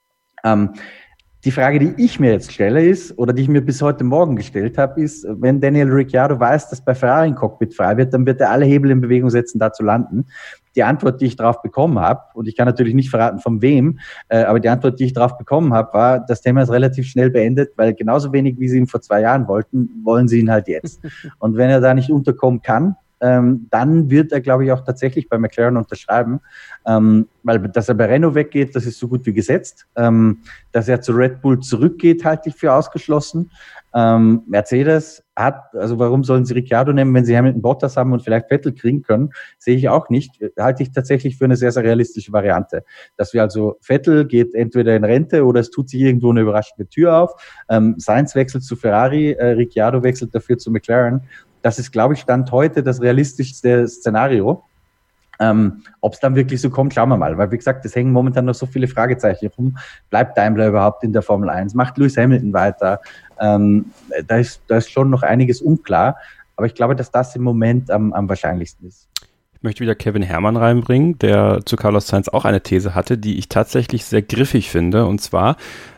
Speaker 5: Die Frage, die ich mir jetzt stelle, ist, oder die ich mir bis heute Morgen gestellt habe, ist, wenn Daniel Ricciardo weiß, dass bei Ferrari ein Cockpit frei wird, dann wird er alle Hebel in Bewegung setzen, da zu landen. Die Antwort, die ich darauf bekommen habe, und ich kann natürlich nicht verraten, von wem, aber die Antwort, die ich darauf bekommen habe, war, das Thema ist relativ schnell beendet, weil genauso wenig, wie sie ihn vor 2 Jahren wollten, wollen sie ihn halt jetzt. Und wenn er da nicht unterkommen kann, dann wird er, glaube ich, auch tatsächlich bei McLaren unterschreiben, weil dass er bei Renault weggeht, das ist so gut wie gesetzt. Dass er zu Red Bull zurückgeht, halte ich für ausgeschlossen. Mercedes also warum sollen sie Ricciardo nehmen, wenn sie Hamilton, Bottas haben und vielleicht Vettel kriegen können, sehe ich auch nicht. Halte ich tatsächlich für eine sehr, sehr realistische Variante. Dass wir also, Vettel geht entweder in Rente oder es tut sich irgendwo eine überraschende Tür auf. Sainz wechselt zu Ferrari, Ricciardo wechselt dafür zu McLaren. Das ist, glaube ich, Stand heute das realistischste Szenario. Ob es dann wirklich so kommt, schauen wir mal. Weil, wie gesagt, es hängen momentan noch so viele Fragezeichen rum. Bleibt Daimler überhaupt in der Formel 1? Macht Lewis Hamilton weiter? Da ist schon noch einiges unklar. Aber ich glaube, dass das im Moment am wahrscheinlichsten ist.
Speaker 4: Ich möchte wieder Kevin Herrmann reinbringen, der zu Carlos Sainz auch eine These hatte, die ich tatsächlich sehr griffig finde. Und zwar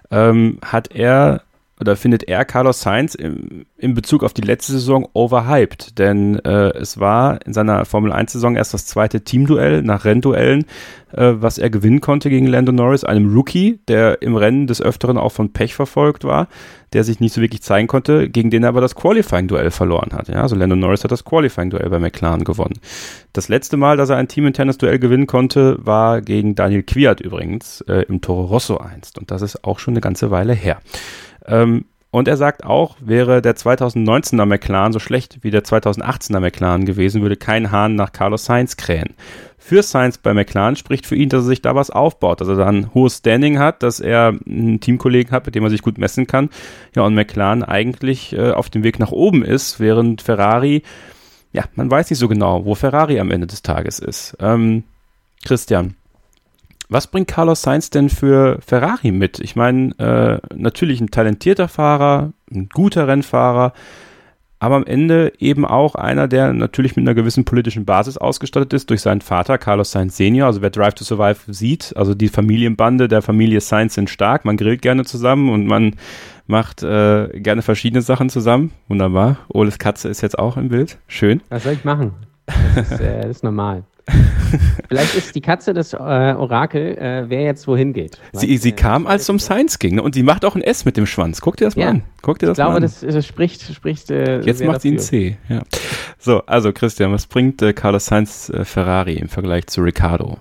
Speaker 4: findet er Carlos Sainz in Bezug auf die letzte Saison overhyped, denn es war in seiner Formel-1-Saison erst das zweite Teamduell nach Rennduellen, was er gewinnen konnte gegen Lando Norris, einem Rookie, der im Rennen des Öfteren auch von Pech verfolgt war, der sich nicht so wirklich zeigen konnte, gegen den er aber das Qualifying-Duell verloren hat. Ja, also Lando Norris hat das Qualifying-Duell bei McLaren gewonnen. Das letzte Mal, dass er ein teaminternes Duell gewinnen konnte, war gegen Daniel Kvyat übrigens im Toro Rosso einst, und das ist auch schon eine ganze Weile her. Und er sagt auch, wäre der 2019er McLaren so schlecht wie der 2018er McLaren gewesen, würde kein Hahn nach Carlos Sainz krähen. Für Sainz bei McLaren spricht für ihn, dass er sich da was aufbaut, dass er da ein hohes Standing hat, dass er einen Teamkollegen hat, mit dem er sich gut messen kann. Ja, und McLaren eigentlich auf dem Weg nach oben ist, während Ferrari, ja, man weiß nicht so genau, wo Ferrari am Ende des Tages ist. Christian, was bringt Carlos Sainz denn für Ferrari mit? Ich meine, natürlich ein talentierter Fahrer, ein guter Rennfahrer, aber am Ende eben auch einer, der natürlich mit einer gewissen politischen Basis ausgestattet ist durch seinen Vater, Carlos Sainz Senior. Also wer Drive to Survive sieht, also die Familienbande der Familie Sainz sind stark, man grillt gerne zusammen und man macht gerne verschiedene Sachen zusammen. Wunderbar. Oles Katze ist jetzt auch im Bild. Schön.
Speaker 6: Was soll ich machen? Das ist normal. Vielleicht ist die Katze das Orakel, wer jetzt wohin geht.
Speaker 4: Sie kam, als es um Sainz ging, ne? Und sie macht auch ein S mit dem Schwanz. Guck dir das mal an.
Speaker 6: Ich glaube, das spricht
Speaker 4: jetzt macht sie ein C. Ja. So, also Christian, was bringt Carlos Sainz Ferrari im Vergleich zu Ricciardo?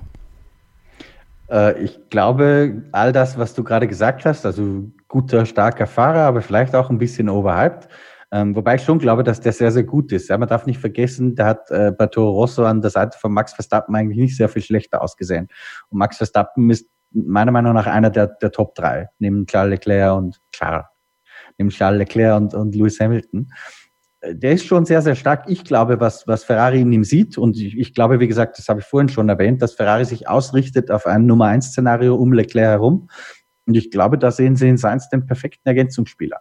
Speaker 5: Ich glaube, all das, was du gerade gesagt hast, also guter, starker Fahrer, aber vielleicht auch ein bisschen overhyped. Wobei ich schon glaube, dass der sehr, sehr gut ist. Ja, man darf nicht vergessen, der hat bei Toro Rosso an der Seite von Max Verstappen eigentlich nicht sehr viel schlechter ausgesehen. Und Max Verstappen ist meiner Meinung nach einer der Top 3, neben Charles Leclerc und Lewis Hamilton. Der ist schon sehr, sehr stark. Ich glaube, was Ferrari in ihm sieht, und ich glaube, wie gesagt, das habe ich vorhin schon erwähnt, dass Ferrari sich ausrichtet auf ein Nummer-1-Szenario um Leclerc herum. Und ich glaube, da sehen sie in Sainz den perfekten Ergänzungsspieler.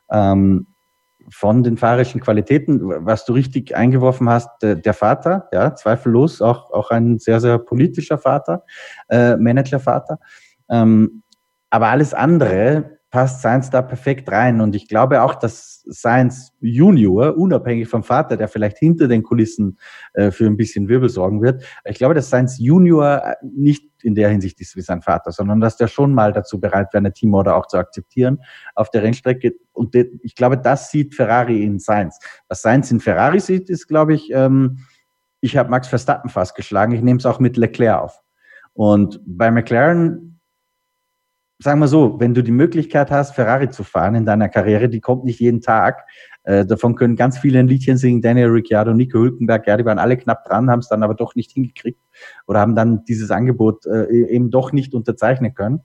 Speaker 5: Von den fahrerischen Qualitäten, was du richtig eingeworfen hast, der Vater, ja, zweifellos, auch ein sehr, sehr politischer Vater, Managervater. Aber alles andere passt Sainz da perfekt rein. Und ich glaube auch, dass Sainz Junior, unabhängig vom Vater, der vielleicht hinter den Kulissen für ein bisschen Wirbel sorgen wird, ich glaube, dass Sainz Junior nicht in der Hinsicht ist wie sein Vater, sondern dass der schon mal dazu bereit wäre, eine Teamorder auch zu akzeptieren auf der Rennstrecke. Und ich glaube, das sieht Ferrari in Sainz. Was Sainz in Ferrari sieht, ist, glaube ich, ich habe Max Verstappen fast geschlagen, ich nehme es auch mit Leclerc auf. Und bei McLaren, sagen wir so, wenn du die Möglichkeit hast, Ferrari zu fahren in deiner Karriere, die kommt nicht jeden Tag. Davon können ganz viele ein Liedchen singen, Daniel Ricciardo, Nico Hülkenberg, ja, die waren alle knapp dran, haben es dann aber doch nicht hingekriegt oder haben dann dieses Angebot eben doch nicht unterzeichnen können.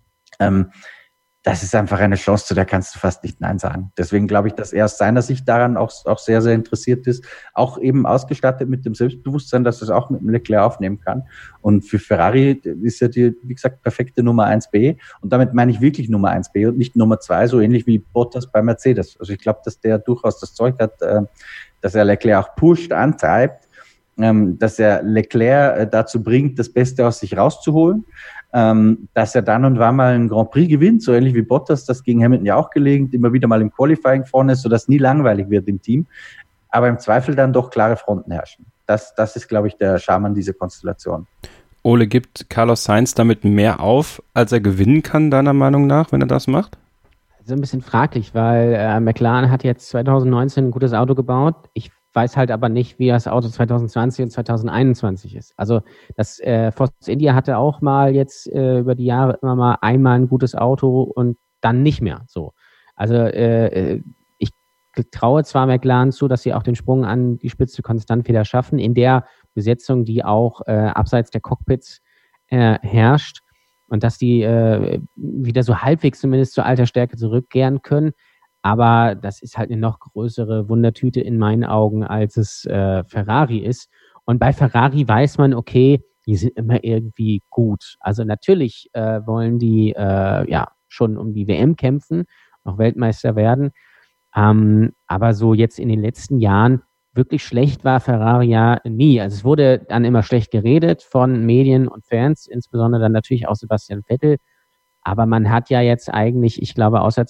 Speaker 5: Das ist einfach eine Chance, zu der kannst du fast nicht Nein sagen. Deswegen glaube ich, dass er aus seiner Sicht daran auch sehr, sehr interessiert ist. Auch eben ausgestattet mit dem Selbstbewusstsein, dass er es auch mit dem Leclerc aufnehmen kann. Und für Ferrari ist ja die, wie gesagt, perfekte Nummer 1B. Und damit meine ich wirklich Nummer 1B und nicht Nummer 2, so ähnlich wie Bottas bei Mercedes. Also ich glaube, dass der durchaus das Zeug hat, dass er Leclerc auch pusht, antreibt, dass er Leclerc dazu bringt, das Beste aus sich rauszuholen. Dass er dann und wann mal einen Grand Prix gewinnt, so ähnlich wie Bottas, das gegen Hamilton ja auch gelegentlich, immer wieder mal im Qualifying vorne ist, sodass nie langweilig wird im Team, aber im Zweifel dann doch klare Fronten herrschen. Das ist, glaube ich, der Charme an dieser Konstellation.
Speaker 4: Ole, gibt Carlos Sainz damit mehr auf, als er gewinnen kann, deiner Meinung nach, wenn er das macht?
Speaker 6: So ein bisschen fraglich, weil McLaren hat jetzt 2019 ein gutes Auto gebaut. Ich weiß halt aber nicht, wie das Auto 2020 und 2021 ist. Also das Force India hatte auch mal jetzt über die Jahre immer mal einmal ein gutes Auto und dann nicht mehr so. Also ich traue zwar McLaren zu, dass sie auch den Sprung an die Spitze konstant wieder schaffen, in der Besetzung, die auch abseits der Cockpits herrscht und dass die wieder so halbwegs zumindest zur alter Stärke zurückkehren können. Aber das ist halt eine noch größere Wundertüte in meinen Augen, als es Ferrari ist. Und bei Ferrari weiß man, okay, die sind immer irgendwie gut. Also natürlich wollen die schon um die WM kämpfen, noch Weltmeister werden. Aber so jetzt in den letzten Jahren wirklich schlecht war Ferrari ja nie. Also es wurde dann immer schlecht geredet von Medien und Fans, insbesondere dann natürlich auch Sebastian Vettel. Aber man hat ja jetzt eigentlich, ich glaube, außer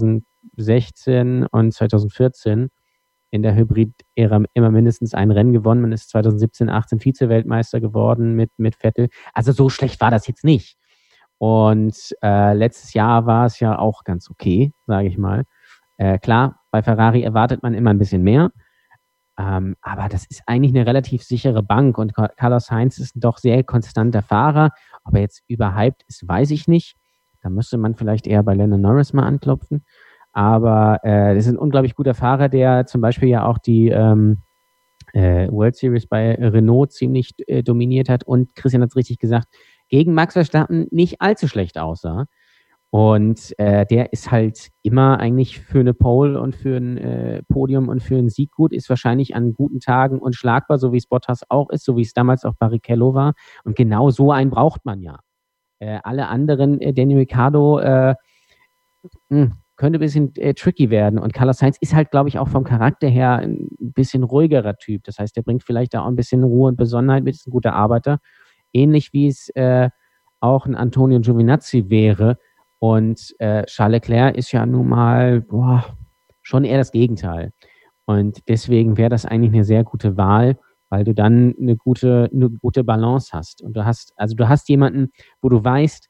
Speaker 6: 2016 und 2014 in der Hybrid-Ära immer mindestens ein Rennen gewonnen. Man ist 2017, 18 Vize-Weltmeister geworden mit Vettel. Also so schlecht war das jetzt nicht. Und letztes Jahr war es ja auch ganz okay, sage ich mal. Klar, bei Ferrari erwartet man immer ein bisschen mehr. Aber das ist eigentlich eine relativ sichere Bank und Carlos Sainz ist ein doch sehr konstanter Fahrer. Ob er jetzt überhyped ist, weiß ich nicht. Da müsste man vielleicht eher bei Lando Norris mal anklopfen. Aber das ist ein unglaublich guter Fahrer, der zum Beispiel ja auch die World Series bei Renault ziemlich dominiert hat und Christian hat es richtig gesagt, gegen Max Verstappen nicht allzu schlecht aussah. Und der ist halt immer eigentlich für eine Pole und für ein Podium und für einen Sieg gut, ist wahrscheinlich an guten Tagen unschlagbar, so wie es Bottas auch ist, so wie es damals auch Barrichello war. Und genau so einen braucht man ja. Alle anderen, Daniel Ricciardo, könnte ein bisschen tricky werden. Und Carlos Sainz ist halt, glaube ich, auch vom Charakter her ein bisschen ruhigerer Typ. Das heißt, der bringt vielleicht da auch ein bisschen Ruhe und Besonnenheit mit, ist ein guter Arbeiter. Ähnlich wie es auch ein Antonio Giovinazzi wäre. Und Charles Leclerc ist ja nun mal schon eher das Gegenteil. Und deswegen wäre das eigentlich eine sehr gute Wahl, weil du dann eine gute Balance hast. Und du hast jemanden, wo du weißt,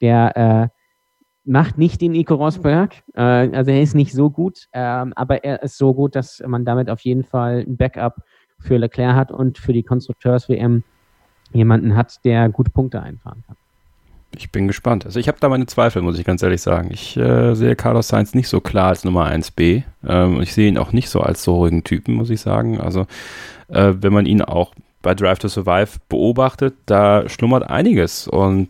Speaker 6: der macht nicht den Nico Rosberg, also er ist nicht so gut, aber er ist so gut, dass man damit auf jeden Fall ein Backup für Leclerc hat und für die Konstrukteurs-WM jemanden hat, der gute Punkte einfahren kann.
Speaker 4: Ich bin gespannt. Also ich habe da meine Zweifel, muss ich ganz ehrlich sagen. Ich sehe Carlos Sainz nicht so klar als Nummer 1b. Ich sehe ihn auch nicht so als so ruhigen Typen, muss ich sagen. Also wenn man ihn auch bei Drive to Survive beobachtet, da schlummert einiges. Und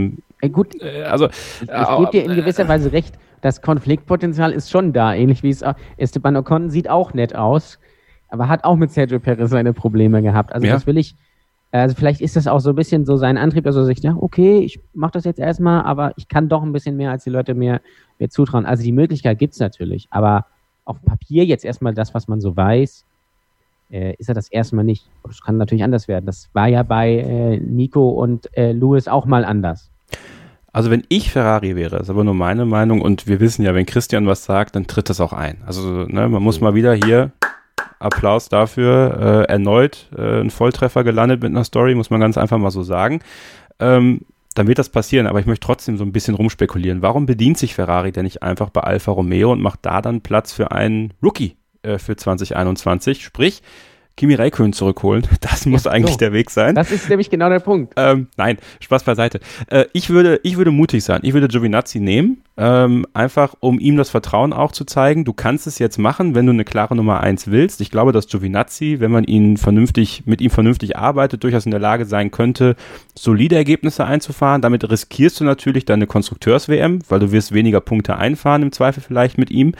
Speaker 6: gut, ich gebe dir in gewisser Weise recht, das Konfliktpotenzial ist schon da. Ähnlich wie es Esteban Ocon sieht auch nett aus, aber hat auch mit Sergio Perez seine Probleme gehabt. Also das will ich. Also vielleicht ist das auch so ein bisschen so sein Antrieb, dass er sich sagt, okay, ich mache das jetzt erstmal, aber ich kann doch ein bisschen mehr, als die Leute mir zutrauen. Also die Möglichkeit gibt es natürlich, aber auf Papier jetzt erstmal das, was man so weiß, ist er das erstmal nicht. Das kann natürlich anders werden. Das war ja bei Nico und Lewis auch mal anders.
Speaker 4: Also wenn ich Ferrari wäre, ist aber nur meine Meinung und wir wissen ja, wenn Christian was sagt, dann tritt das auch ein. Also man muss mal wieder hier Applaus dafür, erneut ein Volltreffer gelandet mit einer Story, muss man ganz einfach mal so sagen. Dann wird das passieren, aber ich möchte trotzdem so ein bisschen rumspekulieren. Warum bedient sich Ferrari denn nicht einfach bei Alfa Romeo und macht da dann Platz für einen Rookie für 2021? Sprich, Kimi Räikkönen zurückholen. Das muss eigentlich der Weg sein.
Speaker 6: Das ist nämlich genau der Punkt.
Speaker 4: Nein, Spaß beiseite. Ich würde mutig sein. Ich würde Giovinazzi nehmen, einfach um ihm das Vertrauen auch zu zeigen. Du kannst es jetzt machen, wenn du eine klare Nummer 1 willst. Ich glaube, dass Giovinazzi, wenn man mit ihm vernünftig arbeitet, durchaus in der Lage sein könnte, solide Ergebnisse einzufahren. Damit riskierst du natürlich deine Konstrukteurs-WM, weil du wirst weniger Punkte einfahren, im Zweifel vielleicht mit ihm.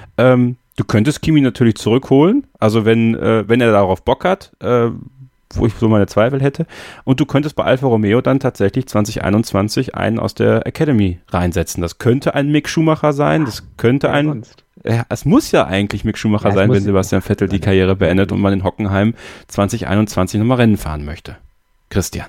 Speaker 4: Du könntest Kimi natürlich zurückholen, also wenn er darauf Bock hat, wo ich so meine Zweifel hätte. Und du könntest bei Alfa Romeo dann tatsächlich 2021 einen aus der Academy reinsetzen. Das könnte ein Mick Schumacher sein, das könnte es muss ja eigentlich Mick Schumacher sein, wenn Sebastian Vettel die Karriere beendet und man in Hockenheim 2021 nochmal Rennen fahren möchte. Christian.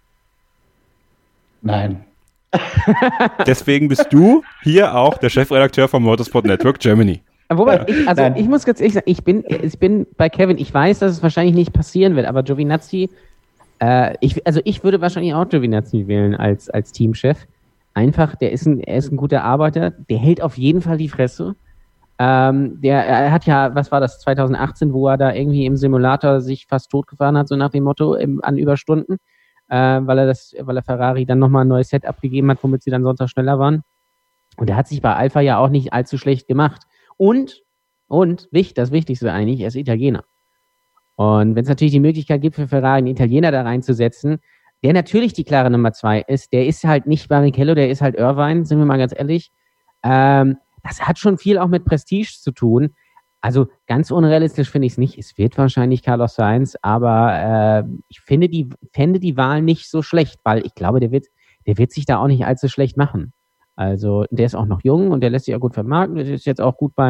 Speaker 5: Nein.
Speaker 4: Deswegen bist du hier auch der Chefredakteur vom Motorsport Network Germany.
Speaker 6: Wobei, ich muss ganz ehrlich sagen, ich bin bei Kevin, ich weiß, dass es wahrscheinlich nicht passieren wird, aber Giovinazzi, ich würde wahrscheinlich auch Giovinazzi wählen als Teamchef. Einfach, er ist ein guter Arbeiter, der hält auf jeden Fall die Fresse. Er hat ja, was war das, 2018, wo er da irgendwie im Simulator sich fast totgefahren hat, so nach dem Motto, an Überstunden, weil er Ferrari dann nochmal ein neues Setup gegeben hat, womit sie dann Sonntag schneller waren. Und er hat sich bei Alpha ja auch nicht allzu schlecht gemacht. Und das Wichtigste eigentlich, er ist Italiener. Und wenn es natürlich die Möglichkeit gibt, für Ferrari einen Italiener da reinzusetzen, der natürlich die klare Nummer 2 ist, der ist halt nicht Barrichello, der ist halt Irvine, sind wir mal ganz ehrlich. Das hat schon viel auch mit Prestige zu tun. Also ganz unrealistisch finde ich es nicht. Es wird wahrscheinlich Carlos Sainz, aber ich fände die Wahl nicht so schlecht, weil ich glaube, der wird sich da auch nicht allzu schlecht machen. Also der ist auch noch jung und der lässt sich auch gut vermarkten. Der ist jetzt auch gut beim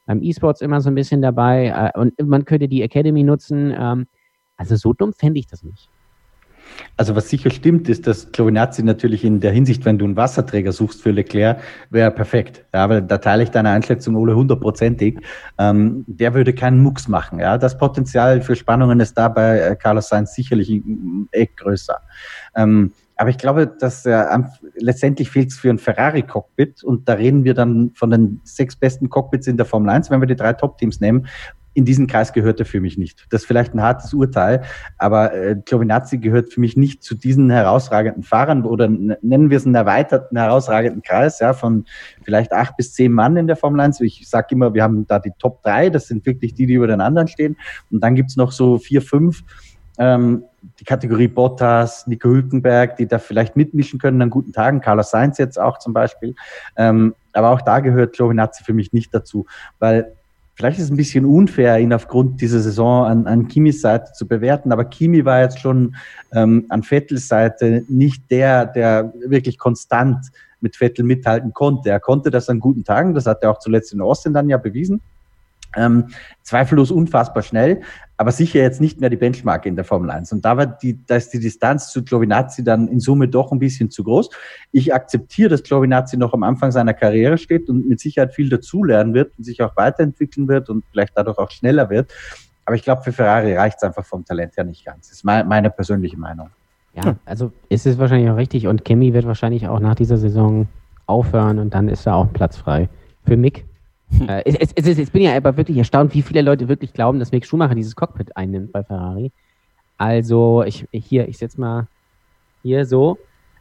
Speaker 6: beim E-Sports immer so ein bisschen dabei und man könnte die Academy nutzen. Also so dumm fände ich das nicht.
Speaker 5: Also was sicher stimmt, ist, dass Giovinazzi natürlich in der Hinsicht, wenn du einen Wasserträger suchst für Leclerc, wäre perfekt. Ja, weil da teile ich deine Einschätzung, Ole, 100%ig. Der würde keinen Mucks machen. Ja, das Potenzial für Spannungen ist da bei Carlos Sainz sicherlich echt größer. Aber ich glaube, dass letztendlich fehlt es für ein Ferrari-Cockpit und da reden wir dann von den 6 besten Cockpits in der Formel 1, wenn wir die 3 Top-Teams nehmen. In diesen Kreis gehört er für mich nicht. Das ist vielleicht ein hartes Urteil, aber Giovinazzi gehört für mich nicht zu diesen herausragenden Fahrern oder nennen wir es einen erweiterten, herausragenden Kreis, ja, von vielleicht 8 bis 10 Mann in der Formel 1. Ich sage immer, wir haben da die Top 3, das sind wirklich die über den anderen stehen. Und dann gibt's noch so 4, 5, die Kategorie Bottas, Nico Hülkenberg, die da vielleicht mitmischen können an guten Tagen, Carlos Sainz jetzt auch zum Beispiel. Aber auch da gehört Giovinazzi für mich nicht dazu, weil vielleicht ist es ein bisschen unfair, ihn aufgrund dieser Saison an Kimis Seite zu bewerten, aber Kimi war jetzt schon an Vettels Seite nicht der wirklich konstant mit Vettel mithalten konnte. Er konnte das an guten Tagen, das hat er auch zuletzt in Austin dann ja bewiesen. Zweifellos unfassbar schnell, aber sicher jetzt nicht mehr die Benchmark in der Formel 1. Und da ist die Distanz zu Giovinazzi dann in Summe doch ein bisschen zu groß. Ich akzeptiere, dass Giovinazzi noch am Anfang seiner Karriere steht und mit Sicherheit viel dazulernen wird und sich auch weiterentwickeln wird und vielleicht dadurch auch schneller wird. Aber ich glaube, für Ferrari reicht es einfach vom Talent her nicht ganz. Das ist meine persönliche Meinung.
Speaker 6: Ja, also ist es wahrscheinlich auch richtig und Kimi wird wahrscheinlich auch nach dieser Saison aufhören und dann ist da auch Platz frei für Mick. Ich bin ja aber wirklich erstaunt, wie viele Leute wirklich glauben, dass Mick Schumacher dieses Cockpit einnimmt bei Ferrari. Also, ich setze mal hier so.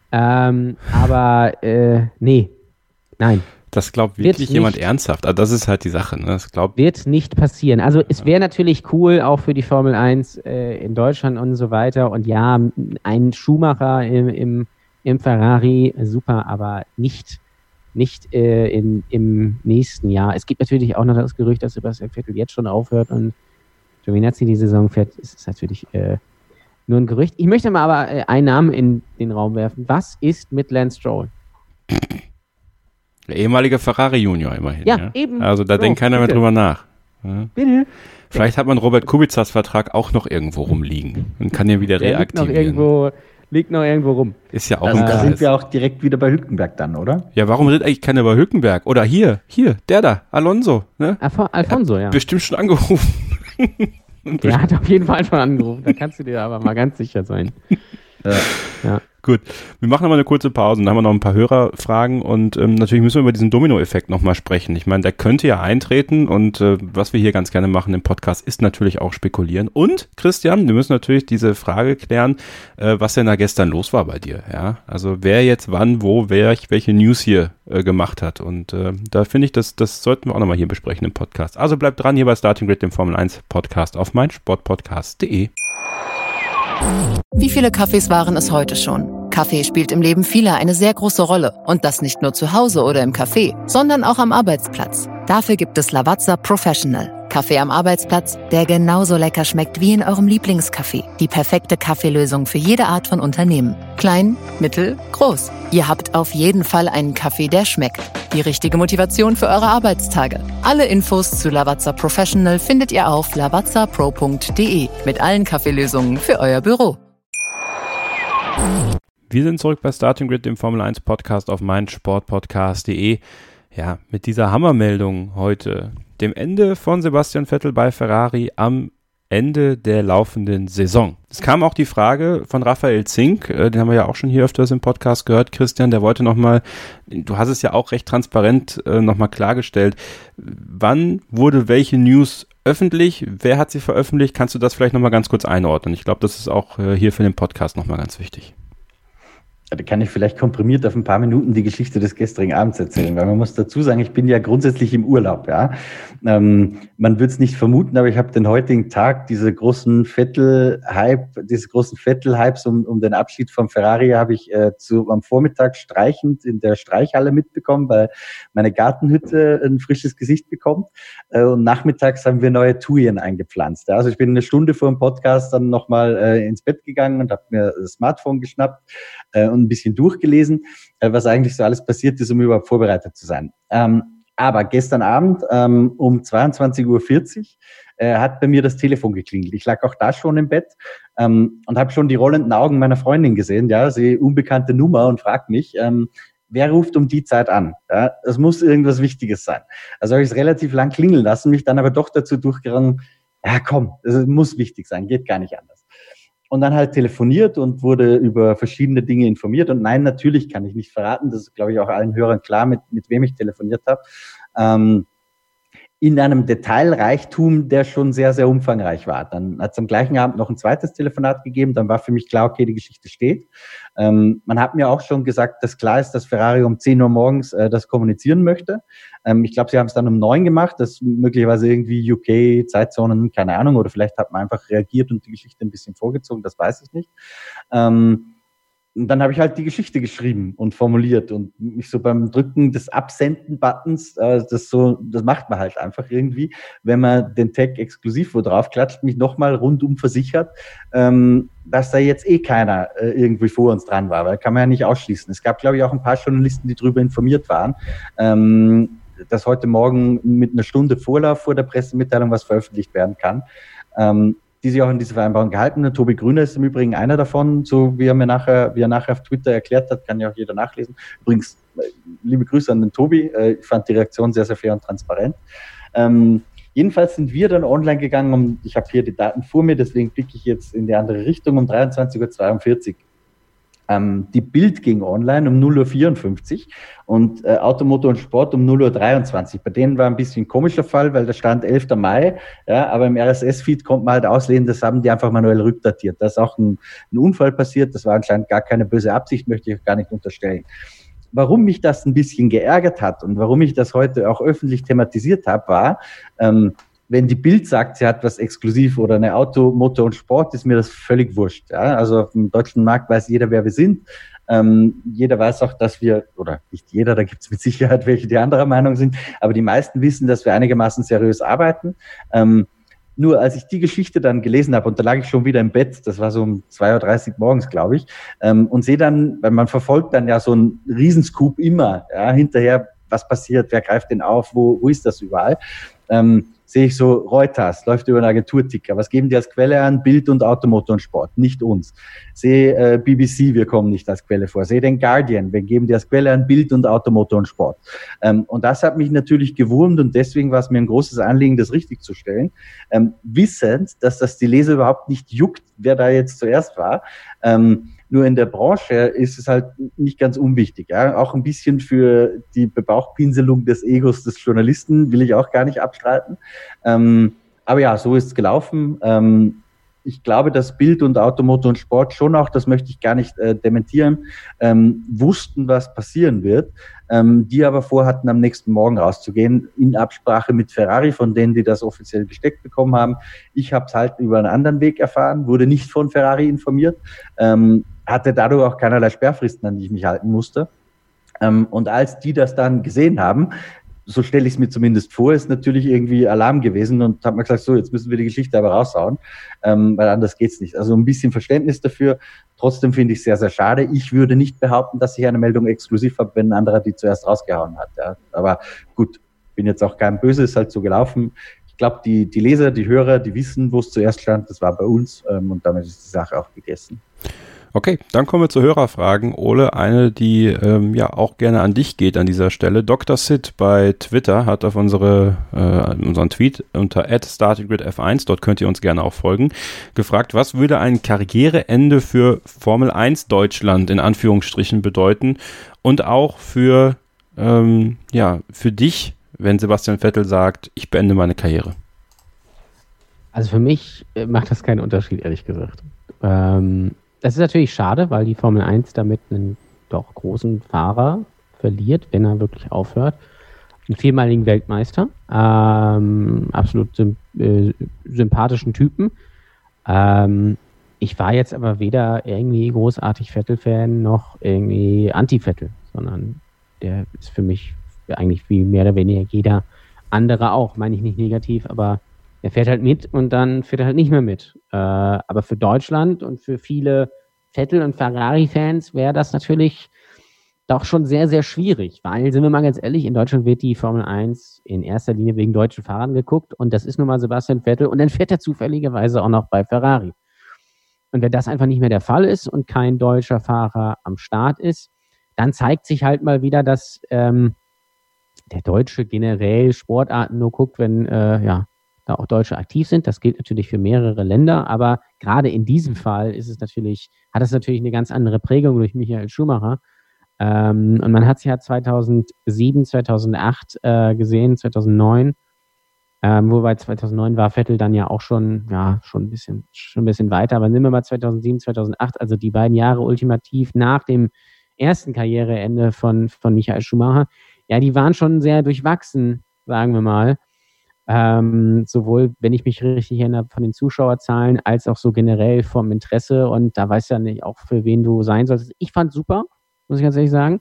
Speaker 6: Aber nee, nein.
Speaker 4: Das glaubt wirklich jemand ernsthaft. Also das ist halt die Sache. Ne? Das
Speaker 6: wird nicht passieren. Also es wäre natürlich cool, auch für die Formel 1 in Deutschland und so weiter. Und ja, ein Schumacher im Ferrari, super, aber nicht im nächsten Jahr. Es gibt natürlich auch noch das Gerücht, dass Sebastian Vettel jetzt schon aufhört und Giovinazzi die Saison fährt. Es ist natürlich nur ein Gerücht. Ich möchte mal aber einen Namen in den Raum werfen. Was ist mit Lance Stroll?
Speaker 4: Der ehemalige Ferrari Junior immerhin.
Speaker 6: Ja, eben.
Speaker 4: Also da denkt keiner mehr drüber nach. Ja.
Speaker 6: Bitte.
Speaker 4: Vielleicht hat man Robert Kubicas Vertrag auch noch irgendwo rumliegen und kann den wieder reaktivieren.
Speaker 6: Liegt noch irgendwo rum.
Speaker 4: Ist ja auch
Speaker 5: also da sind wir auch direkt wieder bei Hülkenberg dann, oder?
Speaker 4: Ja, warum redet eigentlich keiner über Hülkenberg? Oder hier, der da, Alonso. Ne?
Speaker 6: Alfonso, ja.
Speaker 4: Bestimmt schon angerufen.
Speaker 6: Der hat auf jeden Fall schon angerufen. Da kannst du dir aber mal ganz sicher sein. Ja.
Speaker 4: Gut, wir machen nochmal eine kurze Pause und dann haben wir noch ein paar Hörerfragen und natürlich müssen wir über diesen Domino-Effekt nochmal sprechen. Ich meine, der könnte ja eintreten und was wir hier ganz gerne machen im Podcast ist natürlich auch spekulieren. Und Christian, wir müssen natürlich diese Frage klären, was denn da gestern los war bei dir. Ja, also wer jetzt wann, wo, welche News hier gemacht hat und da finde ich, das sollten wir auch nochmal hier besprechen im Podcast. Also bleibt dran hier bei Starting Grid, dem Formel 1 Podcast auf meinsportpodcast.de.
Speaker 7: Wie viele Kaffees waren es heute schon? Kaffee spielt im Leben vieler eine sehr große Rolle. Und das nicht nur zu Hause oder im Café, sondern auch am Arbeitsplatz. Dafür gibt es Lavazza Professional. Kaffee am Arbeitsplatz, der genauso lecker schmeckt wie in eurem Lieblingscafé. Die perfekte Kaffeelösung für jede Art von Unternehmen. Klein, mittel, groß. Ihr habt auf jeden Fall einen Kaffee, der schmeckt. Die richtige Motivation für eure Arbeitstage. Alle Infos zu Lavazza Professional findet ihr auf lavazzapro.de mit allen Kaffeelösungen für euer Büro.
Speaker 4: Wir sind zurück bei Starting Grid, dem Formel 1 Podcast auf meinsportpodcast.de. Ja, mit dieser Hammermeldung heute, dem Ende von Sebastian Vettel bei Ferrari am Ende der laufenden Saison. Es kam auch die Frage von Raphael Zink, den haben wir ja auch schon hier öfters im Podcast gehört, Christian, der wollte nochmal, du hast es ja auch recht transparent nochmal klargestellt, wann wurde welche News öffentlich, wer hat sie veröffentlicht, kannst du das vielleicht nochmal ganz kurz einordnen? Ich glaube, das ist auch hier für den Podcast nochmal ganz wichtig.
Speaker 5: Da kann ich vielleicht komprimiert auf ein paar Minuten die Geschichte des gestrigen Abends erzählen, weil man muss dazu sagen, ich bin ja grundsätzlich im Urlaub. Ja, man wird es nicht vermuten, aber ich habe den heutigen Tag diese großen Vettel-Hypes um den Abschied von Ferrari habe ich am Vormittag streichend in der Streichhalle mitbekommen, weil meine Gartenhütte ein frisches Gesicht bekommt. Und nachmittags haben wir neue Thujen eingepflanzt. Ja, also ich bin eine Stunde vor dem Podcast dann nochmal ins Bett gegangen und habe mir das Smartphone geschnappt und ein bisschen durchgelesen, was eigentlich so alles passiert ist, um überhaupt vorbereitet zu sein. Aber gestern Abend um 22:40 Uhr hat bei mir das Telefon geklingelt. Ich lag auch da schon im Bett und habe schon die rollenden Augen meiner Freundin gesehen. Ja, sie unbekannte Nummer und fragt mich, wer ruft um die Zeit an? Ja, das muss irgendwas Wichtiges sein. Also habe ich es relativ lang klingeln lassen, mich dann aber doch dazu durchgerannt, ja komm, das muss wichtig sein, geht gar nicht anders. Und dann halt telefoniert und wurde über verschiedene Dinge informiert. Und nein, natürlich kann ich nicht verraten, das ist, glaube ich, auch allen Hörern klar, mit wem ich telefoniert habe. In einem Detailreichtum, der schon sehr, sehr umfangreich war. Dann hat es am gleichen Abend noch ein zweites Telefonat gegeben. Dann war für mich klar, okay, die Geschichte steht. Man hat mir auch schon gesagt, dass klar ist, dass Ferrari um 10 Uhr morgens das kommunizieren möchte. Ich glaube, sie haben es dann um 9 gemacht. Das möglicherweise irgendwie UK-Zeitzonen, keine Ahnung. Oder vielleicht hat man einfach reagiert und die Geschichte ein bisschen vorgezogen. Das weiß ich nicht. Und dann habe ich halt die Geschichte geschrieben und formuliert und mich so beim Drücken des Absenden-Buttons, das macht man halt einfach irgendwie, wenn man den Tag exklusiv wo drauf klatscht, mich nochmal rundum versichert, dass da jetzt keiner irgendwie vor uns dran war, weil kann man ja nicht ausschließen. Es gab, glaube ich, auch ein paar Journalisten, die darüber informiert waren, dass heute Morgen mit einer Stunde Vorlauf vor der Pressemitteilung was veröffentlicht werden kann. Die sich auch an diese Vereinbarung gehalten haben. Tobi Grüner ist im Übrigen einer davon, so wie er nachher auf Twitter erklärt hat, kann ja auch jeder nachlesen. Übrigens, liebe Grüße an den Tobi, ich fand die Reaktion sehr, sehr fair und transparent. Jedenfalls sind wir dann online gegangen, ich habe hier die Daten vor mir, deswegen blicke ich jetzt in die andere Richtung, um 23:42 Uhr. Die Bild ging online um 0:54 Uhr und Automotor und Sport um 0:23 Uhr. Bei denen war ein bisschen ein komischer Fall, weil da stand 11. Mai, ja, aber im RSS-Feed konnte man halt auslesen, das haben die einfach manuell rückdatiert. Da ist auch ein Unfall passiert, das war anscheinend gar keine böse Absicht, möchte ich gar nicht unterstellen. Warum mich das ein bisschen geärgert hat und warum ich das heute auch öffentlich thematisiert habe, war, wenn die Bild sagt, sie hat was exklusiv oder eine Auto, Motor und Sport, ist mir das völlig wurscht. Ja? Also auf dem deutschen Markt weiß jeder, wer wir sind. Jeder weiß auch, dass wir, oder nicht jeder, da gibt es mit Sicherheit welche, die anderer Meinung sind, aber die meisten wissen, dass wir einigermaßen seriös arbeiten. Nur als ich die Geschichte dann gelesen habe, und da lag ich schon wieder im Bett, das war so um 2:30 Uhr morgens, glaube ich, und sehe dann, weil man verfolgt dann ja so einen Riesenscoop immer, ja, hinterher, was passiert, wer greift den auf, wo ist das überall, sehe ich so, Reuters, läuft über einen Agenturticker. Was geben die als Quelle an? Bild und Automotor und Sport, nicht uns. Sehe BBC, wir kommen nicht als Quelle vor. Sehe den Guardian, wir geben die als Quelle an? Bild und Automotor und Sport. Und das hat mich natürlich gewurmt und deswegen war es mir ein großes Anliegen, das richtig zu stellen. Wissend, dass das die Leser überhaupt nicht juckt, wer da jetzt zuerst war. Nur in der Branche ist es halt nicht ganz unwichtig. Ja? Auch ein bisschen für die Bebauchpinselung des Egos des Journalisten will ich auch gar nicht abstreiten. Aber ja, so ist es gelaufen. Ich glaube, dass Bild und Automotor und Sport schon auch, das möchte ich gar nicht dementieren, wussten, was passieren wird, die aber vorhatten, am nächsten Morgen rauszugehen, in Absprache mit Ferrari, von denen, die das offiziell gesteckt bekommen haben. Ich habe es halt über einen anderen Weg erfahren, wurde nicht von Ferrari informiert, hatte dadurch auch keinerlei Sperrfristen, an die ich mich halten musste. Und als die das dann gesehen haben, so stelle ich es mir zumindest vor, ist natürlich irgendwie Alarm gewesen und habe mir gesagt, so, jetzt müssen wir die Geschichte aber raushauen, weil anders geht's nicht. Also ein bisschen Verständnis dafür. Trotzdem finde ich es sehr, sehr schade. Ich würde nicht behaupten, dass ich eine Meldung exklusiv habe, wenn ein anderer die zuerst rausgehauen hat. Ja. Aber gut, bin jetzt auch kein Böse, ist halt so gelaufen. Ich glaube, die Leser, die Hörer, die wissen, wo es zuerst stand. Das war bei uns und damit ist die Sache auch gegessen.
Speaker 4: Okay, dann kommen wir zu Hörerfragen. Ole, eine, die ja auch gerne an dich geht an dieser Stelle. Dr. Sid bei Twitter hat auf unseren Tweet unter @startinggridf1, dort könnt ihr uns gerne auch folgen, gefragt, was würde ein Karriereende für Formel 1 Deutschland in Anführungsstrichen bedeuten und auch für dich, wenn Sebastian Vettel sagt, ich beende meine Karriere?
Speaker 6: Also für mich macht das keinen Unterschied, ehrlich gesagt. Das ist natürlich schade, weil die Formel 1 damit einen doch großen Fahrer verliert, wenn er wirklich aufhört. Einen viermaligen Weltmeister, absolut sympathischen Typen. Ich war jetzt aber weder irgendwie großartig Vettel-Fan noch irgendwie Anti-Vettel, sondern der ist für mich eigentlich wie mehr oder weniger jeder andere auch. Meine ich nicht negativ, aber er fährt halt mit und dann fährt er halt nicht mehr mit. Aber für Deutschland und für viele Vettel- und Ferrari-Fans wäre das natürlich doch schon sehr, sehr schwierig, weil, sind wir mal ganz ehrlich, in Deutschland wird die Formel 1 in erster Linie wegen deutschen Fahrern geguckt und das ist nun mal Sebastian Vettel und dann fährt er zufälligerweise auch noch bei Ferrari. Und wenn das einfach nicht mehr der Fall ist und kein deutscher Fahrer am Start ist, dann zeigt sich halt mal wieder, dass der Deutsche generell Sportarten nur guckt, wenn da auch Deutsche aktiv sind. Das gilt natürlich für mehrere Länder, aber gerade in diesem Fall hat es natürlich eine ganz andere Prägung durch Michael Schumacher. Und man hat es ja 2007, 2008 gesehen, 2009, wobei 2009 war Vettel dann ja auch schon ein bisschen weiter, aber nehmen wir mal 2007, 2008, also die beiden Jahre ultimativ nach dem ersten Karriereende von Michael Schumacher, ja, die waren schon sehr durchwachsen, sagen wir mal. Sowohl, wenn ich mich richtig erinnere, von den Zuschauerzahlen, als auch so generell vom Interesse und da weiß ja nicht auch, für wen du sein solltest. Ich fand super, muss ich ganz ehrlich sagen.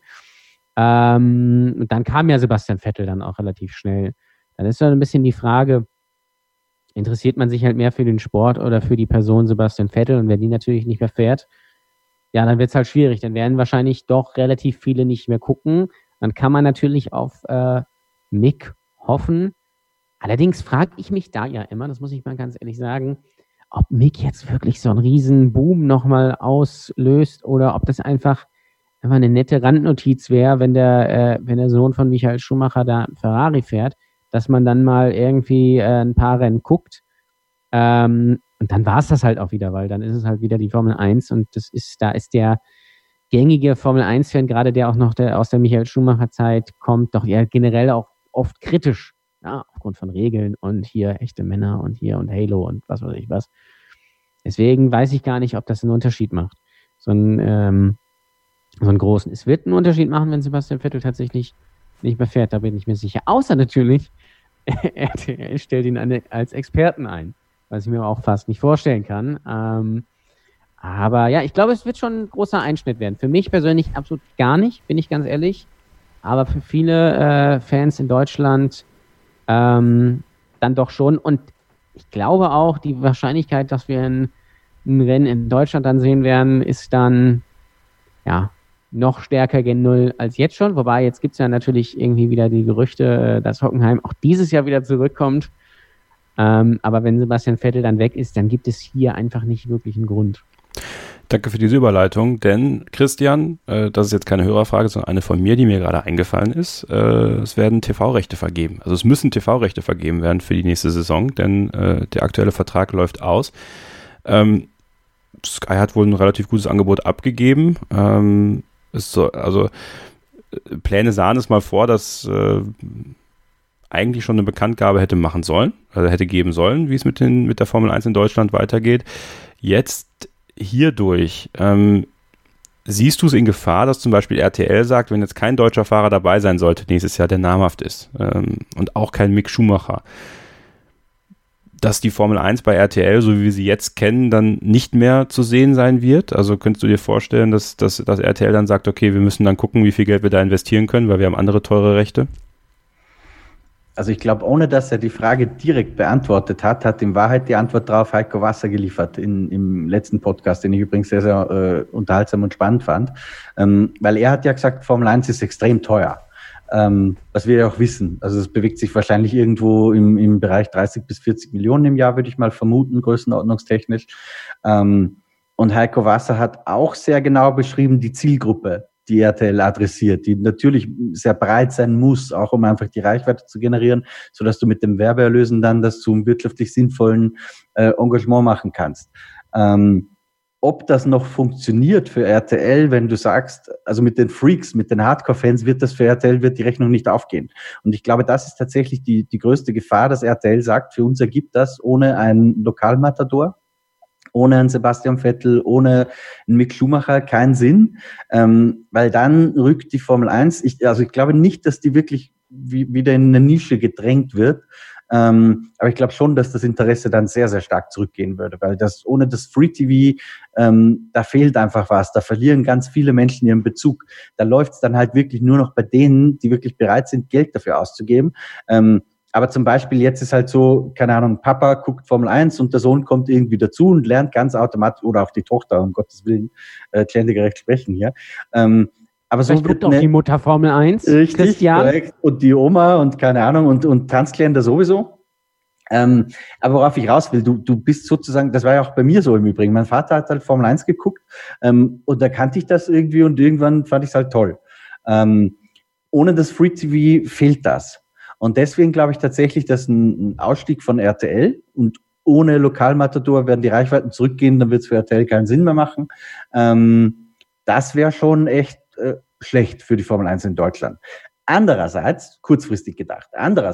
Speaker 6: Und dann kam ja Sebastian Vettel dann auch relativ schnell. Dann ist dann ein bisschen die Frage, interessiert man sich halt mehr für den Sport oder für die Person Sebastian Vettel? Und wenn die natürlich nicht mehr fährt, ja, dann wird es halt schwierig. Dann werden wahrscheinlich doch relativ viele nicht mehr gucken. Dann kann man natürlich auf Mick hoffen. Allerdings frage ich mich da ja immer, das muss ich mal ganz ehrlich sagen, ob Mick jetzt wirklich so einen riesen Boom nochmal auslöst oder ob das einfach eine nette Randnotiz wäre, wenn der Sohn von Michael Schumacher da Ferrari fährt, dass man dann mal irgendwie ein paar Rennen guckt. Und dann war es das halt auch wieder, weil dann ist es halt wieder die Formel 1 und da ist der gängige Formel 1-Fan, gerade der auch noch aus der Michael Schumacher-Zeit kommt, doch ja generell auch oft kritisch. Ja, aufgrund von Regeln und hier echte Männer und hier und Halo und was weiß ich was. Deswegen weiß ich gar nicht, ob das einen Unterschied macht. So einen großen. Es wird einen Unterschied machen, wenn Sebastian Vettel tatsächlich nicht mehr fährt, da bin ich mir sicher. Außer natürlich, RTL stellt ihn als Experten ein, was ich mir auch fast nicht vorstellen kann. Aber ja, ich glaube, es wird schon ein großer Einschnitt werden. Für mich persönlich absolut gar nicht, bin ich ganz ehrlich. Aber für viele Fans in Deutschland dann doch schon. Und ich glaube auch, die Wahrscheinlichkeit, dass wir ein Rennen in Deutschland dann sehen werden, ist dann noch stärker gen Null als jetzt schon. Wobei, jetzt gibt es ja natürlich irgendwie wieder die Gerüchte, dass Hockenheim auch dieses Jahr wieder zurückkommt. Aber wenn Sebastian Vettel dann weg ist, dann gibt es hier einfach nicht wirklich einen Grund.
Speaker 4: Danke für diese Überleitung, denn Christian, das ist jetzt keine Hörerfrage, sondern eine von mir, die mir gerade eingefallen ist. Es werden TV-Rechte vergeben. Also es müssen TV-Rechte vergeben werden für die nächste Saison, denn der aktuelle Vertrag läuft aus. Sky hat wohl ein relativ gutes Angebot abgegeben. Pläne sahen es mal vor, dass eigentlich schon eine Bekanntgabe hätte geben sollen, wie es mit der Formel 1 in Deutschland weitergeht. Jetzt hierdurch, siehst du es in Gefahr, dass zum Beispiel RTL sagt, wenn jetzt kein deutscher Fahrer dabei sein sollte nächstes Jahr, der namhaft ist, und auch kein Mick Schumacher, dass die Formel 1 bei RTL, so wie wir sie jetzt kennen, dann nicht mehr zu sehen sein wird? Also könntest du dir vorstellen, dass RTL dann sagt, okay, wir müssen dann gucken, wie viel Geld wir da investieren können, weil wir haben andere teure Rechte?
Speaker 5: Also ich glaube, ohne dass er die Frage direkt beantwortet hat in Wahrheit die Antwort darauf Heiko Wasser geliefert im letzten Podcast, den ich übrigens sehr, sehr unterhaltsam und spannend fand. Weil er hat ja gesagt, Formel 1 ist extrem teuer. Was wir ja auch wissen. Also es bewegt sich wahrscheinlich irgendwo im Bereich 30 bis 40 Millionen im Jahr, würde ich mal vermuten, größenordnungstechnisch. Und Heiko Wasser hat auch sehr genau beschrieben, die Zielgruppe, die RTL adressiert, die natürlich sehr breit sein muss, auch um einfach die Reichweite zu generieren, sodass du mit dem Werbeerlösen dann das zu einem wirtschaftlich sinnvollen Engagement machen kannst. Ob das noch funktioniert für RTL, wenn du sagst, also mit den Freaks, mit den Hardcore-Fans wird die Rechnung nicht aufgehen. Und ich glaube, das ist tatsächlich die größte Gefahr, dass RTL sagt, für uns ergibt das ohne einen Lokalmatador, ohne einen Sebastian Vettel, ohne einen Mick Schumacher keinen Sinn, weil dann rückt die Formel 1, ich glaube nicht, dass die wirklich wieder in eine Nische gedrängt wird, aber ich glaube schon, dass das Interesse dann sehr, sehr stark zurückgehen würde, weil ohne das Free TV, da fehlt einfach was, da verlieren ganz viele Menschen ihren Bezug. Da läuft es dann halt wirklich nur noch bei denen, die wirklich bereit sind, Geld dafür auszugeben. Aber zum Beispiel jetzt ist halt so, keine Ahnung, Papa guckt Formel 1 und der Sohn kommt irgendwie dazu und lernt ganz automatisch, oder auch die Tochter, um Gottes Willen, klientengerecht sprechen hier. Aber so
Speaker 6: Vielleicht
Speaker 5: wird
Speaker 6: guckt auch die Mutter Formel 1,
Speaker 5: richtig,
Speaker 6: Christian.
Speaker 5: korrekt. Und die Oma und keine Ahnung und Tanzkländer sowieso. Aber worauf ich raus will, du bist sozusagen, das war ja auch bei mir so im Übrigen. Mein Vater hat halt Formel 1 geguckt und da kannte ich das irgendwie und irgendwann fand ich es halt toll. Ohne das Free TV fehlt das. Und deswegen glaube ich tatsächlich, dass ein Ausstieg von RTL und ohne Lokalmatador werden die Reichweiten zurückgehen, dann wird es für RTL keinen Sinn mehr machen. Das wäre schon echt schlecht für die Formel 1 in Deutschland. Andererseits, kurzfristig gedacht,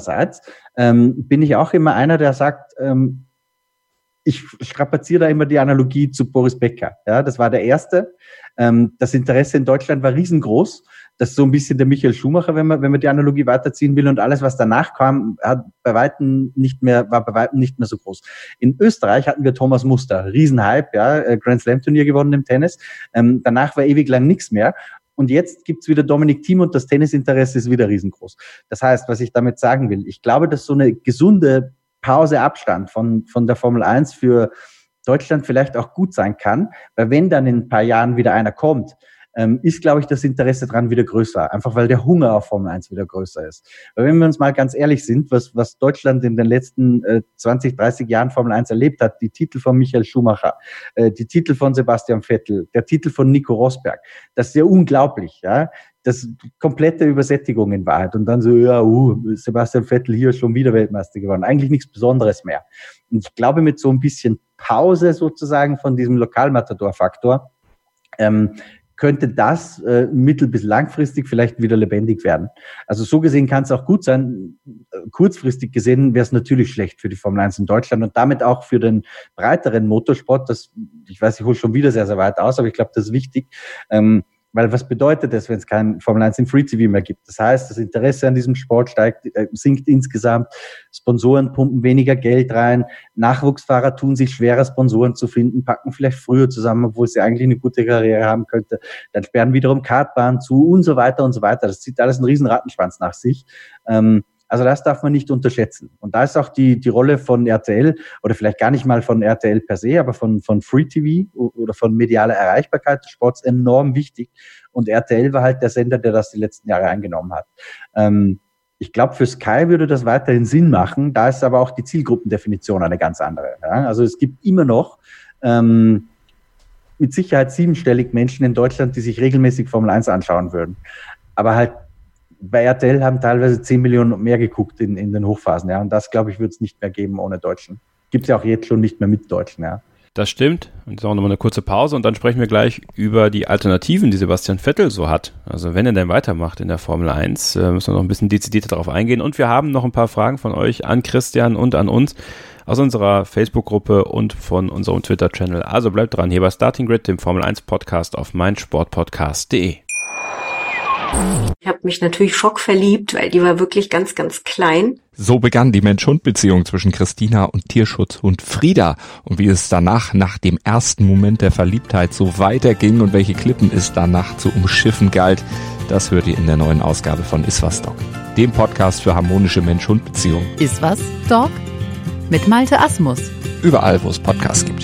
Speaker 5: bin ich auch immer einer, der sagt, ich strapaziere da immer die Analogie zu Boris Becker. Ja, das war der Erste. Das Interesse in Deutschland war riesengroß. Das ist so ein bisschen der Michael Schumacher, wenn man die Analogie weiterziehen will. Und alles, was danach kam, war bei weitem nicht mehr so groß. In Österreich hatten wir Thomas Muster, Riesenhype, ja, Grand Slam Turnier gewonnen im Tennis. Danach war ewig lang nichts mehr. Und jetzt gibt's wieder Dominic Thiem und das Tennisinteresse ist wieder riesengroß. Das heißt, was ich damit sagen will, ich glaube, dass so eine gesunde Pause, Abstand von der Formel 1 für Deutschland vielleicht auch gut sein kann, weil wenn dann in ein paar Jahren wieder einer kommt, ist, glaube ich, das Interesse dran wieder größer, einfach weil der Hunger auf Formel 1 wieder größer ist. Weil wenn wir uns mal ganz ehrlich sind, was Deutschland in den letzten 20, 30 Jahren Formel 1 erlebt hat, die Titel von Michael Schumacher, die Titel von Sebastian Vettel, der Titel von Nico Rosberg, das ist ja unglaublich, ja. Das komplette Übersättigung in Wahrheit. Und dann so, ja, Sebastian Vettel hier schon wieder Weltmeister geworden. Eigentlich nichts Besonderes mehr. Und ich glaube, mit so ein bisschen Pause sozusagen von diesem Lokalmatador-Faktor, könnte das mittel- bis langfristig vielleicht wieder lebendig werden. Also so gesehen kann es auch gut sein. Kurzfristig gesehen wäre es natürlich schlecht für die Formel 1 in Deutschland und damit auch für den breiteren Motorsport. Ich weiß, ich hole schon wieder sehr, sehr weit aus, aber ich glaube, das ist wichtig. Weil was bedeutet das, wenn es kein Formel 1 im Free TV mehr gibt? Das heißt, das Interesse an diesem Sport sinkt insgesamt. Sponsoren pumpen weniger Geld rein. Nachwuchsfahrer tun sich schwerer, Sponsoren zu finden, packen vielleicht früher zusammen, obwohl sie eigentlich eine gute Karriere haben könnte. Dann sperren wiederum Kartbahnen zu und so weiter und so weiter. Das zieht alles einen riesen Rattenschwanz nach sich. Also das darf man nicht unterschätzen. Und da ist auch die Rolle von RTL oder vielleicht gar nicht mal von RTL per se, aber von Free TV oder von medialer Erreichbarkeit des Sports enorm wichtig. Und RTL war halt der Sender, der das die letzten Jahre eingenommen hat. Ich glaube, für Sky würde das weiterhin Sinn machen. Da ist aber auch die Zielgruppendefinition eine ganz andere. Ja? Also es gibt immer noch mit Sicherheit 7-stellig Menschen in Deutschland, die sich regelmäßig Formel 1 anschauen würden. Aber halt bei RTL haben teilweise 10 Millionen mehr geguckt in den Hochphasen, ja. Und das, glaube ich, wird es nicht mehr geben ohne Deutschen. Gibt es ja auch jetzt schon nicht mehr mit Deutschen, ja.
Speaker 4: Das stimmt. Und jetzt auch nochmal eine kurze Pause und dann sprechen wir gleich über die Alternativen, die Sebastian Vettel so hat. Also wenn er denn weitermacht in der Formel 1, müssen wir noch ein bisschen dezidierter darauf eingehen. Und wir haben noch ein paar Fragen von euch an Christian und an uns aus unserer Facebook-Gruppe und von unserem Twitter-Channel. Also bleibt dran, hier bei Starting Grid, dem Formel 1 Podcast auf meinsportpodcast.de.
Speaker 8: Ich habe mich natürlich schockverliebt, weil die war wirklich ganz, ganz klein.
Speaker 9: So begann die Mensch-Hund-Beziehung zwischen Christina und Tierschutzhund Frieda. Und wie es danach, nach dem ersten Moment der Verliebtheit, so weiterging und welche Klippen es danach zu umschiffen galt, das hört ihr in der neuen Ausgabe von Iswas Dog, dem Podcast für harmonische Mensch-Hund-Beziehungen.
Speaker 7: Iswas Dog? Mit Malte Asmus.
Speaker 9: Überall, wo es Podcasts gibt.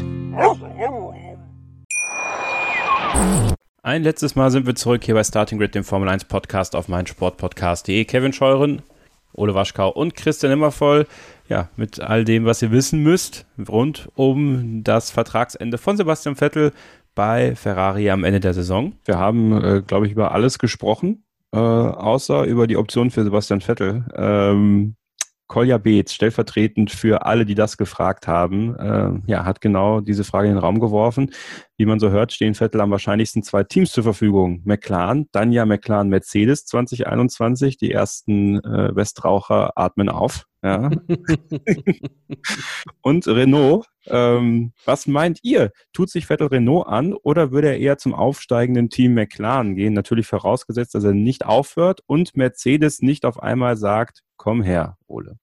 Speaker 4: Ein letztes Mal sind wir zurück hier bei Starting Grid, dem Formel 1 Podcast auf meinsportpodcast.de. Kevin Scheuren, Ole Waschkau und Christian Immervoll. Ja, mit all dem, was ihr wissen müsst, rund um das Vertragsende von Sebastian Vettel bei Ferrari am Ende der Saison. Wir haben, glaube ich, über alles gesprochen, außer über die Option für Sebastian Vettel. Kolja Beetz, stellvertretend für alle, die das gefragt haben, hat genau diese Frage in den Raum geworfen. Wie man so hört, stehen Vettel am wahrscheinlichsten 2 Teams zur Verfügung. McLaren, dann ja McLaren Mercedes 2021. Die ersten Westraucher atmen auf. Ja. Und Renault, was meint ihr? Tut sich Vettel Renault an oder würde er eher zum aufsteigenden Team McLaren gehen? Natürlich vorausgesetzt, dass er nicht aufhört und Mercedes nicht auf einmal sagt, komm her, Ole.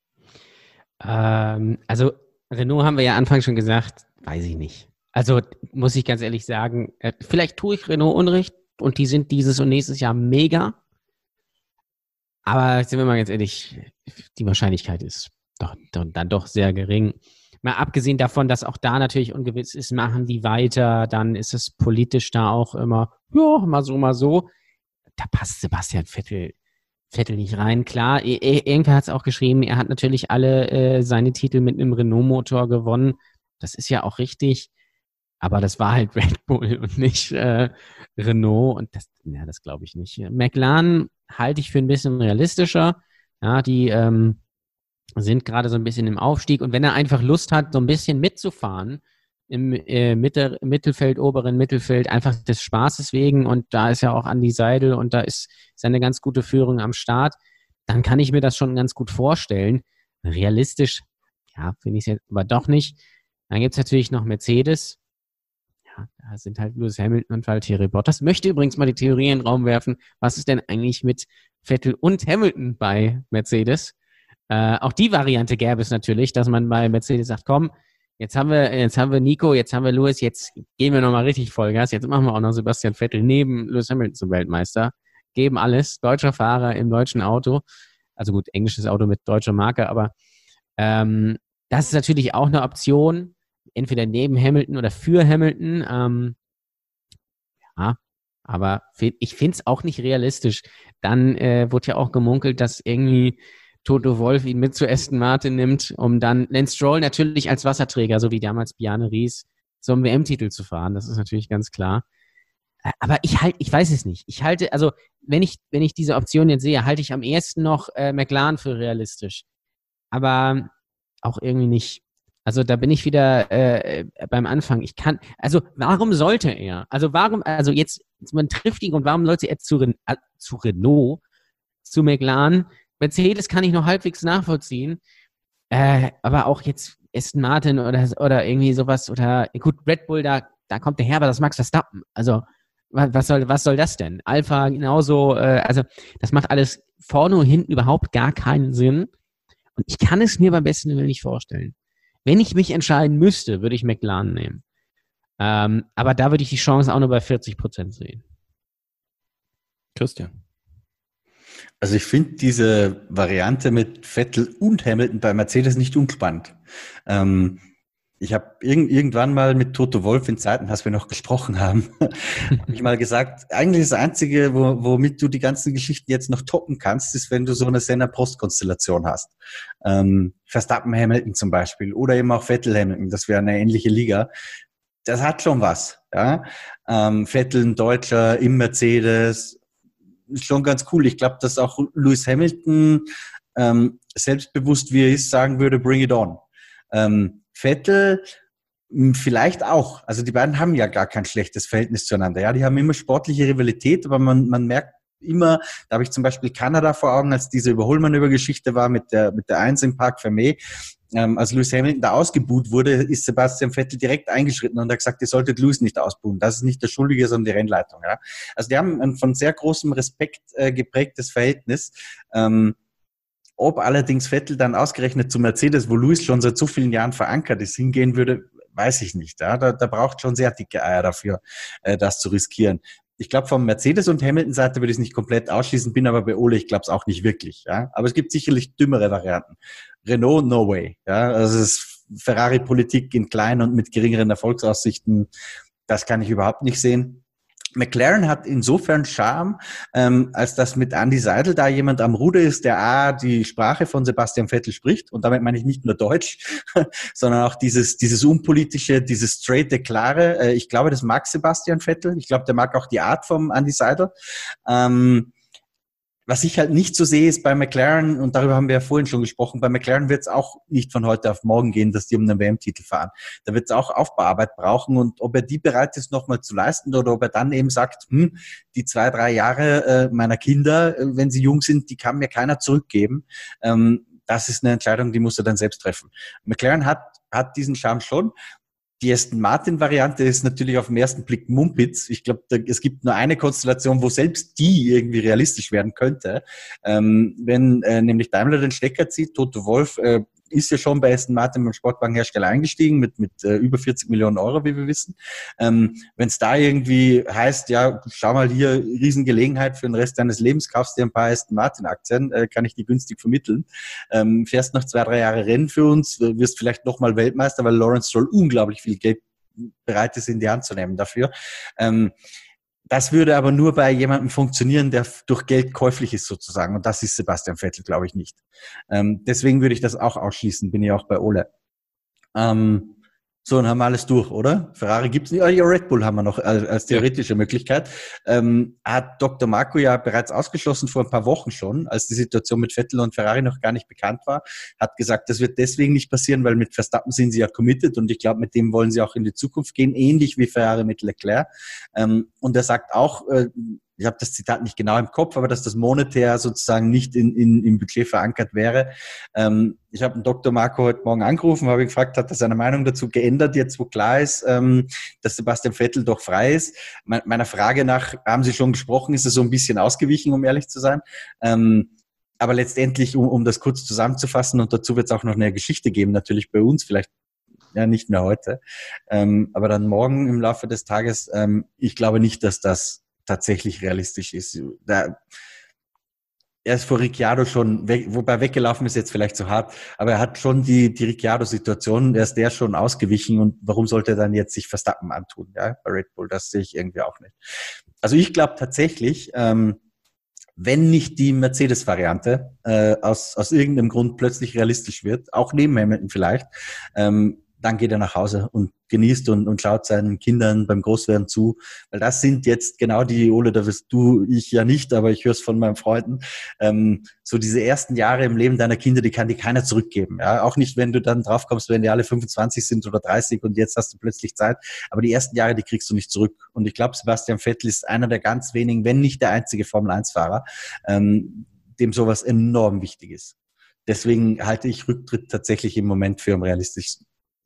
Speaker 6: Also Renault haben wir ja Anfang schon gesagt, weiß ich nicht. Also muss ich ganz ehrlich sagen, vielleicht tue ich Renault Unrecht und die sind dieses und nächstes Jahr mega. Aber sind wir mal ganz ehrlich, die Wahrscheinlichkeit ist dann doch sehr gering. Mal abgesehen davon, dass auch da natürlich ungewiss ist, machen die weiter, dann ist es politisch da auch immer, ja, mal so. da passt Sebastian Vettel nicht rein. Klar, irgendwer hat es auch geschrieben, er hat natürlich alle seine Titel mit einem Renault-Motor gewonnen. Das ist ja auch richtig. Aber das war halt Red Bull und nicht Renault. Und das glaube ich nicht. McLaren halte ich für ein bisschen realistischer. Ja, die sind gerade so ein bisschen im Aufstieg. Und wenn er einfach Lust hat, so ein bisschen mitzufahren im Mittelfeld, oberen Mittelfeld, einfach des Spaßes wegen, und da ist ja auch Andi Seidel und da ist eine ganz gute Führung am Start, dann kann ich mir das schon ganz gut vorstellen. Realistisch, ja, finde ich es jetzt aber doch nicht. Dann gibt es natürlich noch Mercedes. Ja, da sind halt Lewis Hamilton und Valtteri Bottas. Möchte übrigens mal die Theorie in den Raum werfen, was ist denn eigentlich mit Vettel und Hamilton bei Mercedes? Auch die Variante gäbe es natürlich, dass man bei Mercedes sagt, komm, jetzt haben wir Nico, jetzt haben wir Lewis, jetzt geben wir nochmal richtig Vollgas, jetzt machen wir auch noch Sebastian Vettel neben Lewis Hamilton zum Weltmeister, geben alles, deutscher Fahrer im deutschen Auto, also gut, englisches Auto mit deutscher Marke, aber das ist natürlich auch eine Option, entweder neben Hamilton oder für Hamilton, ja, aber ich finde es auch nicht realistisch. Dann wurde ja auch gemunkelt, dass irgendwie Toto Wolff ihn mit zu Aston Martin nimmt, um dann Lance Stroll natürlich als Wasserträger, so wie damals Bjarne Ries, zum WM-Titel zu fahren. Das ist natürlich ganz klar. Aber ich weiß es nicht. Also wenn ich diese Option jetzt sehe, halte ich am ehesten noch McLaren für realistisch. Aber auch irgendwie nicht. Also da bin ich wieder beim Anfang. Warum sollte er? Also jetzt man trifft ihn und warum sollte er zu Renault, zu McLaren? Mercedes kann ich noch halbwegs nachvollziehen, aber auch jetzt Aston Martin oder irgendwie sowas oder gut, Red Bull, da kommt der Herr, das Max Verstappen. Also was soll das denn? Alpha genauso, also das macht alles vorne und hinten überhaupt gar keinen Sinn und ich kann es mir beim besten Willen nicht vorstellen. Wenn ich mich entscheiden müsste, würde ich McLaren nehmen. Aber da würde ich die Chance auch nur bei 40% sehen.
Speaker 4: Christian.
Speaker 5: Also ich finde diese Variante mit Vettel und Hamilton bei Mercedes nicht unspannend. Ich habe irgendwann mal mit Toto Wolff in Zeiten, als wir noch gesprochen haben, habe ich mal gesagt, eigentlich das Einzige, womit du die ganzen Geschichten jetzt noch toppen kannst, ist, wenn du so eine Senna-Prost-Konstellation hast. Verstappen Hamilton zum Beispiel oder eben auch Vettel Hamilton, das wäre eine ähnliche Liga. Das hat schon was. Ja? Vettel ein Deutscher im Mercedes, ist schon ganz cool. Ich glaube, dass auch Lewis Hamilton, selbstbewusst wie er ist, sagen würde, bring it on. Vettel vielleicht auch. Also die beiden haben ja gar kein schlechtes Verhältnis zueinander. Ja, die haben immer sportliche Rivalität, aber man merkt immer, da habe ich zum Beispiel Kanada vor Augen, als diese Überholmanöver-Geschichte war mit der 1 im Parc Fermé. Als Lewis Hamilton da ausgebuht wurde, ist Sebastian Vettel direkt eingeschritten und hat gesagt, ihr solltet Lewis nicht ausbuhen. Das ist nicht der Schuldige, sondern die Rennleitung. Ja? Also die haben ein von sehr großem Respekt geprägtes Verhältnis. Ob allerdings Vettel dann ausgerechnet zu Mercedes, wo Lewis schon seit so vielen Jahren verankert ist, hingehen würde, weiß ich nicht. Ja? Da braucht schon sehr dicke Eier dafür, das zu riskieren. Ich glaube, vom Mercedes- und Hamilton-Seite würde ich es nicht komplett ausschließen, bin aber bei Ole, ich glaube es auch nicht wirklich. Ja? Aber es gibt sicherlich dümmere Varianten. Renault, no way. Ja? Also es ist Ferrari-Politik in klein und mit geringeren Erfolgsaussichten, das kann ich überhaupt nicht sehen. McLaren hat insofern Charme, als dass mit Andi Seidel da jemand am Ruder ist, der die Sprache von Sebastian Vettel spricht. Und damit meine ich nicht nur Deutsch, sondern auch dieses unpolitische, dieses straighte, klare. Ich glaube, das mag Sebastian Vettel. Ich glaube, der mag auch die Art vom Andi Seidel. Was ich halt nicht so sehe, ist bei McLaren, und darüber haben wir ja vorhin schon gesprochen, bei McLaren wird es auch nicht von heute auf morgen gehen, dass die um einen WM-Titel fahren. Da wird es auch Aufbauarbeit brauchen, und ob er die bereit ist, nochmal zu leisten, oder ob er dann eben sagt, die 2-3 Jahre meiner Kinder, wenn sie jung sind, die kann mir keiner zurückgeben. Das ist eine Entscheidung, die muss er dann selbst treffen. McLaren hat diesen Charme schon. Die Aston Martin-Variante ist natürlich auf den ersten Blick Mumpitz. Ich glaube, es gibt nur eine Konstellation, wo selbst die irgendwie realistisch werden könnte. Wenn nämlich Daimler den Stecker zieht, Toto Wolff ist ja schon bei Aston Martin beim Sportwagenhersteller eingestiegen mit über 40 Millionen Euro, wie wir wissen. Wenn es da irgendwie heißt, ja, schau mal hier, Riesengelegenheit für den Rest deines Lebens, kaufst dir ein paar Aston Martin Aktien, kann ich die günstig vermitteln. Fährst noch 2-3 Jahre Rennen für uns, wirst vielleicht nochmal Weltmeister, weil Lawrence Stroll unglaublich viel Geld bereit ist, in die Hand zu nehmen dafür. Das würde aber nur bei jemandem funktionieren, der durch Geld käuflich ist sozusagen. Und das ist Sebastian Vettel, glaube ich, nicht. Deswegen würde ich das auch ausschließen, bin ich auch bei Ole. So, dann haben wir alles durch, oder? Ferrari gibt's nicht. Ja, Red Bull haben wir noch als theoretische Möglichkeit. Hat Dr. Marco ja bereits ausgeschlossen vor ein paar Wochen schon, als die Situation mit Vettel und Ferrari noch gar nicht bekannt war. Hat gesagt, das wird deswegen nicht passieren, weil mit Verstappen sind sie ja committed und ich glaube, mit dem wollen sie auch in die Zukunft gehen, ähnlich wie Ferrari mit Leclerc. Und er sagt auch, ich habe das Zitat nicht genau im Kopf, aber dass das monetär sozusagen nicht im Budget verankert wäre. Ich habe den Dr. Marco heute Morgen angerufen, habe ihn gefragt, hat er seine Meinung dazu geändert, jetzt wo klar ist, dass Sebastian Vettel doch frei ist. Meiner Frage nach, haben Sie schon gesprochen, ist es so ein bisschen ausgewichen, um ehrlich zu sein. Aber letztendlich, um das kurz zusammenzufassen, und dazu wird es auch noch eine Geschichte geben, natürlich bei uns, vielleicht ja nicht mehr heute, aber dann morgen im Laufe des Tages. Ich glaube nicht, dass das tatsächlich realistisch ist. Er ist vor Ricciardo schon, wobei weggelaufen ist jetzt vielleicht zu hart, aber er hat schon die Ricciardo-Situation, er ist der schon ausgewichen und warum sollte er dann jetzt sich Verstappen antun, ja, bei Red Bull, das sehe ich irgendwie auch nicht. Also ich glaube tatsächlich, wenn nicht die Mercedes-Variante aus irgendeinem Grund plötzlich realistisch wird, auch neben Hamilton vielleicht, dann geht er nach Hause und genießt und schaut seinen Kindern beim Großwerden zu. Weil das sind jetzt genau die, Ole, da wirst du, ich ja nicht, aber ich höre es von meinen Freunden, so diese ersten Jahre im Leben deiner Kinder, die kann dir keiner zurückgeben. Ja? Auch nicht, wenn du dann draufkommst, wenn die alle 25 sind oder 30 und jetzt hast du plötzlich Zeit. Aber die ersten Jahre, die kriegst du nicht zurück. Und ich glaube, Sebastian Vettel ist einer der ganz wenigen, wenn nicht der einzige Formel-1-Fahrer, dem sowas enorm wichtig ist. Deswegen halte ich Rücktritt tatsächlich im Moment für am realistischsten.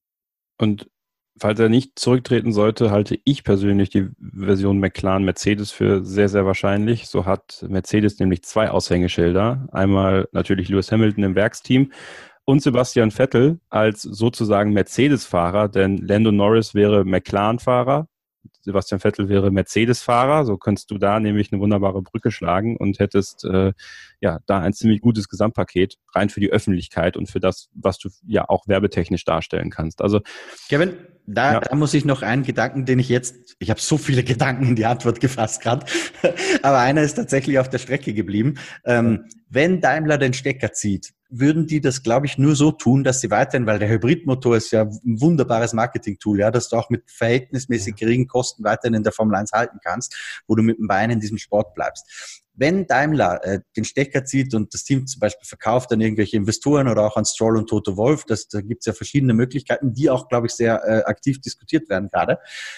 Speaker 4: Und falls er nicht zurücktreten sollte, halte ich persönlich die Version McLaren-Mercedes für sehr, sehr wahrscheinlich. So hat Mercedes nämlich 2 Aushängeschilder. Einmal natürlich Lewis Hamilton im Werksteam und Sebastian Vettel als sozusagen Mercedes-Fahrer, denn Lando Norris wäre McLaren-Fahrer, Sebastian Vettel wäre Mercedes-Fahrer. So könntest du da nämlich eine wunderbare Brücke schlagen und hättest da ein ziemlich gutes Gesamtpaket rein für die Öffentlichkeit und für das, was du ja auch werbetechnisch darstellen kannst. Also
Speaker 5: Kevin, da muss ich noch einen Gedanken, ich habe so viele Gedanken in die Antwort gefasst gerade, aber einer ist tatsächlich auf der Strecke geblieben. Wenn Daimler den Stecker zieht, würden die das, glaube ich, nur so tun, dass sie weiterhin, weil der Hybridmotor ist ja ein wunderbares Marketing-Tool, ja, dass du auch mit verhältnismäßig geringen Kosten weiterhin in der Formel 1 halten kannst, wo du mit dem Bein in diesem Sport bleibst. Wenn Daimler den Stecker zieht und das Team zum Beispiel verkauft an irgendwelche Investoren oder auch an Stroll und Toto Wolff, da gibt es ja verschiedene Möglichkeiten, die auch, glaube ich, sehr aktiv diskutiert werden gerade.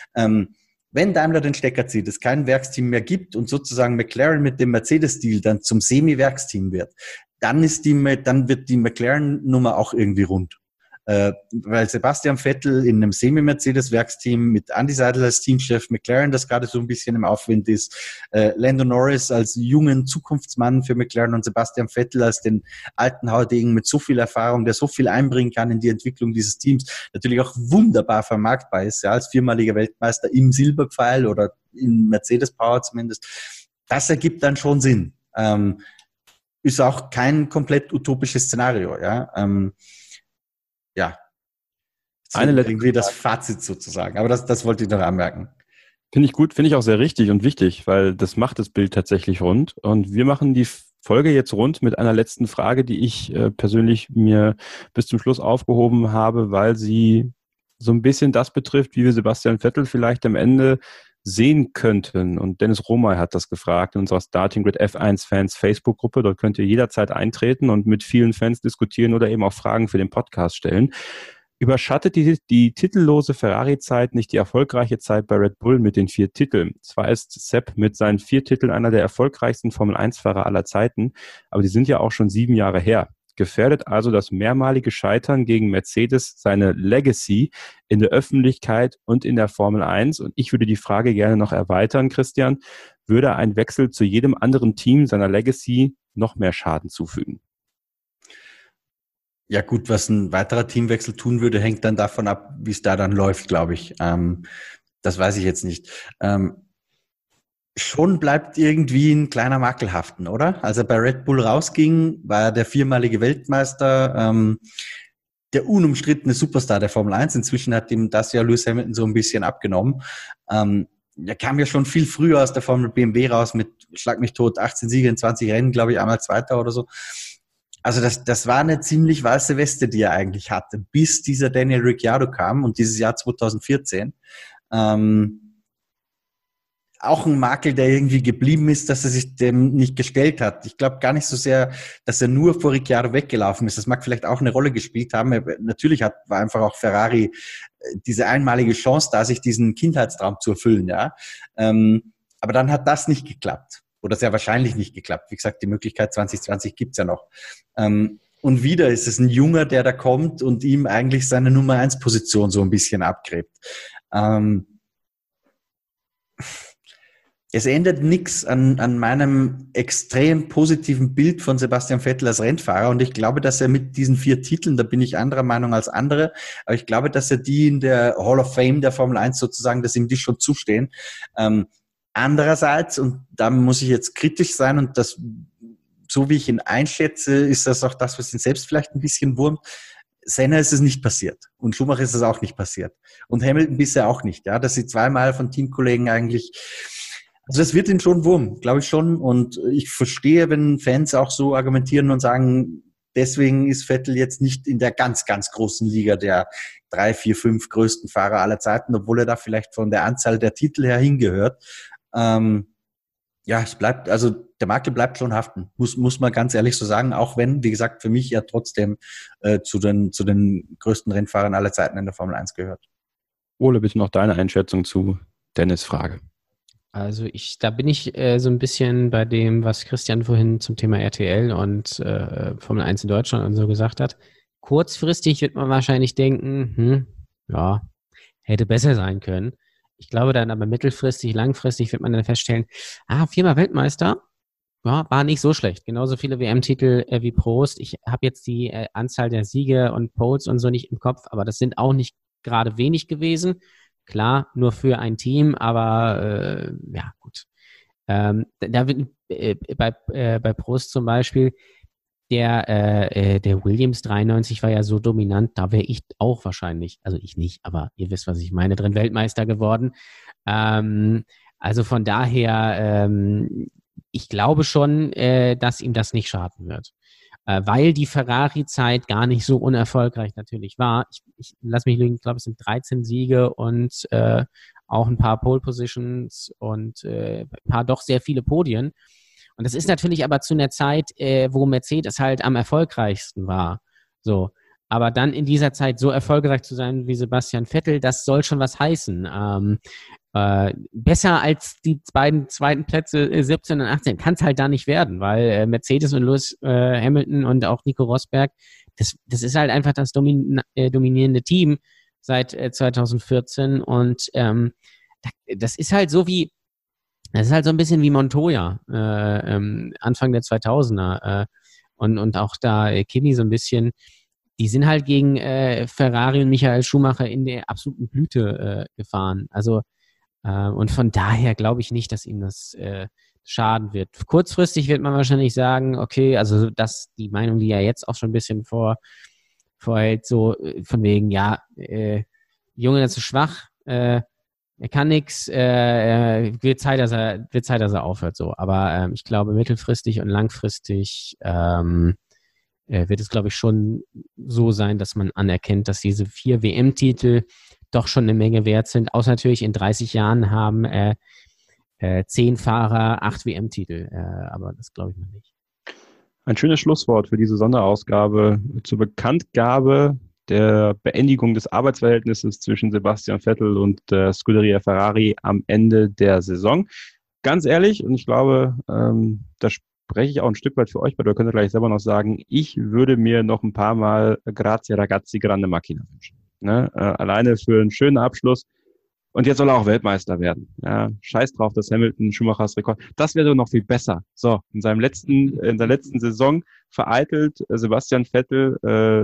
Speaker 5: Wenn Daimler den Stecker zieht, es kein Werksteam mehr gibt und sozusagen McLaren mit dem Mercedes-Deal dann zum Semi-Werksteam wird, dann wird die McLaren-Nummer auch irgendwie rund. Weil Sebastian Vettel in einem Semi-Mercedes-Werksteam mit Andy Seidel als Teamchef, McLaren, das gerade so ein bisschen im Aufwind ist, Lando Norris als jungen Zukunftsmann für McLaren und Sebastian Vettel als den alten Haudegen mit so viel Erfahrung, der so viel einbringen kann in die Entwicklung dieses Teams, natürlich auch wunderbar vermarktbar ist, ja, als 4-maliger Weltmeister im Silberpfeil oder in Mercedes-Power zumindest. Das ergibt dann schon Sinn. Ist auch kein komplett utopisches Szenario, ja. Irgendwie das Fazit sozusagen. Aber das wollte ich noch anmerken.
Speaker 4: Finde ich gut, finde ich auch sehr richtig und wichtig, weil das macht das Bild tatsächlich rund. Und wir machen die Folge jetzt rund mit einer letzten Frage, die ich persönlich mir bis zum Schluss aufgehoben habe, weil sie so ein bisschen das betrifft, wie wir Sebastian Vettel vielleicht am Ende sehen könnten. Und Dennis Rohmey hat das gefragt in unserer Starting Grid F1 Fans Facebook-Gruppe. Dort könnt ihr jederzeit eintreten und mit vielen Fans diskutieren oder eben auch Fragen für den Podcast stellen. Überschattet die titellose Ferrari-Zeit nicht die erfolgreiche Zeit bei Red Bull mit den 4 Titeln? Zwar ist Sepp mit seinen 4 Titeln einer der erfolgreichsten Formel-1-Fahrer aller Zeiten, aber die sind ja auch schon 7 Jahre her. Gefährdet also das mehrmalige Scheitern gegen Mercedes seine Legacy in der Öffentlichkeit und in der Formel 1? Und ich würde die Frage gerne noch erweitern, Christian. Würde ein Wechsel zu jedem anderen Team seiner Legacy noch mehr Schaden zufügen?
Speaker 5: Ja gut, was ein weiterer Teamwechsel tun würde, hängt dann davon ab, wie es da dann läuft, glaube ich. Das weiß ich jetzt nicht. Schon bleibt irgendwie ein kleiner Makel haften, oder? Als er bei Red Bull rausging, war er der 4-malige Weltmeister, der unumstrittene Superstar der Formel 1. Inzwischen hat ihm das ja Lewis Hamilton so ein bisschen abgenommen. er kam ja schon viel früher aus der Formel BMW raus mit, schlag mich tot, 18 Siege in 20 Rennen, glaube ich, einmal Zweiter oder so. Also das war eine ziemlich weiße Weste, die er eigentlich hatte, bis dieser Daniel Ricciardo kam und dieses Jahr 2014. Auch ein Makel, der irgendwie geblieben ist, dass er sich dem nicht gestellt hat. Ich glaube gar nicht so sehr, dass er nur vor Ricciardo weggelaufen ist. Das mag vielleicht auch eine Rolle gespielt haben. Natürlich war einfach auch Ferrari diese einmalige Chance da, sich diesen Kindheitstraum zu erfüllen. Ja, aber dann hat das nicht geklappt. Oder sehr wahrscheinlich nicht geklappt. Wie gesagt, die Möglichkeit 2020 gibt's ja noch. Und wieder ist es ein Junger, der da kommt und ihm eigentlich seine Nummer 1 Position so ein bisschen abgräbt. Es ändert nichts an meinem extrem positiven Bild von Sebastian Vettel als Rennfahrer. Und ich glaube, dass er mit diesen 4 Titeln, da bin ich anderer Meinung als andere, aber ich glaube, dass er die in der Hall of Fame der Formel 1 sozusagen, dass ihm die schon zustehen. Andererseits, und da muss ich jetzt kritisch sein, und das, so wie ich ihn einschätze, ist das auch das, was ihn selbst vielleicht ein bisschen wurmt. Senna ist es nicht passiert und Schumacher ist es auch nicht passiert und Hamilton bisher auch nicht, ja, dass sie zweimal von Teamkollegen eigentlich, also das wird ihn schon wurmen, glaube ich schon, und ich verstehe, wenn Fans auch so argumentieren und sagen, deswegen ist Vettel jetzt nicht in der ganz, ganz großen Liga der 3, 4, 5 größten Fahrer aller Zeiten, obwohl er da vielleicht von der Anzahl der Titel her hingehört. Ja, es bleibt, also der Makel bleibt schon haften, muss man ganz ehrlich so sagen, auch wenn, wie gesagt, für mich ja trotzdem zu den größten Rennfahrern aller Zeiten in der Formel 1 gehört.
Speaker 4: Ole, bitte noch deine Einschätzung zu Dennis' Frage.
Speaker 6: Also da bin ich so ein bisschen bei dem, was Christian vorhin zum Thema RTL und Formel 1 in Deutschland und so gesagt hat. Kurzfristig wird man wahrscheinlich denken, ja, hätte besser sein können. Ich glaube dann aber mittelfristig, langfristig wird man dann feststellen, 4-mal Weltmeister, ja, war nicht so schlecht. Genauso viele WM-Titel wie Prost. Ich habe jetzt die Anzahl der Siege und Poles und so nicht im Kopf, aber das sind auch nicht gerade wenig gewesen. Klar, nur für ein Team, aber ja, gut. Da wird bei Prost zum Beispiel, der Williams 93 war ja so dominant, da wäre ich auch wahrscheinlich, also ich nicht, aber ihr wisst, was ich meine, drin Weltmeister geworden. Also von daher, ich glaube schon, dass ihm das nicht schaden wird. Weil die Ferrari-Zeit gar nicht so unerfolgreich natürlich war. Ich lass mich lügen, ich glaube, es sind 13 Siege und auch ein paar Pole Positions und ein paar doch sehr viele Podien. Und das ist natürlich aber zu einer Zeit, wo Mercedes halt am erfolgreichsten war. So. Aber dann in dieser Zeit so erfolgreich zu sein wie Sebastian Vettel, das soll schon was heißen. Besser als die beiden zweiten Plätze 17 und 18 kann es halt da nicht werden, weil Mercedes und Lewis Hamilton und auch Nico Rosberg, das ist halt einfach das dominierende Team seit 2014 und das ist halt so wie, das ist halt so ein bisschen wie Montoya Anfang der 2000er und auch da Kimi so ein bisschen, die sind halt gegen Ferrari und Michael Schumacher in der absoluten Blüte gefahren. Also und von daher glaube ich nicht, dass ihm das schaden wird. Kurzfristig wird man wahrscheinlich sagen, okay, also das die Meinung, die ja jetzt auch schon ein bisschen vorhält, so von wegen, ja, Junge, das ist schwach, er kann nix, wird Zeit, dass er aufhört, so. Aber ich glaube, mittelfristig und langfristig wird es, glaube ich, schon so sein, dass man anerkennt, dass diese 4 WM-Titel doch schon eine Menge wert sind. Außer natürlich in 30 Jahren haben 10 Fahrer 8 WM-Titel. Aber das glaube ich noch nicht.
Speaker 4: Ein schönes Schlusswort für diese Sonderausgabe zur Bekanntgabe der Beendigung des Arbeitsverhältnisses zwischen Sebastian Vettel und der Scuderia Ferrari am Ende der Saison. Ganz ehrlich, und ich glaube, da spreche ich auch ein Stück weit für euch, weil ihr könnt gleich selber noch sagen, ich würde mir noch ein paar Mal Grazie ragazzi, grande macchina wünschen. Ne? Alleine für einen schönen Abschluss. Und jetzt soll er auch Weltmeister werden. Ja, scheiß drauf, dass Hamilton Schumachers Rekord. Das wäre doch noch viel besser. So, in der letzten Saison vereitelt Sebastian Vettel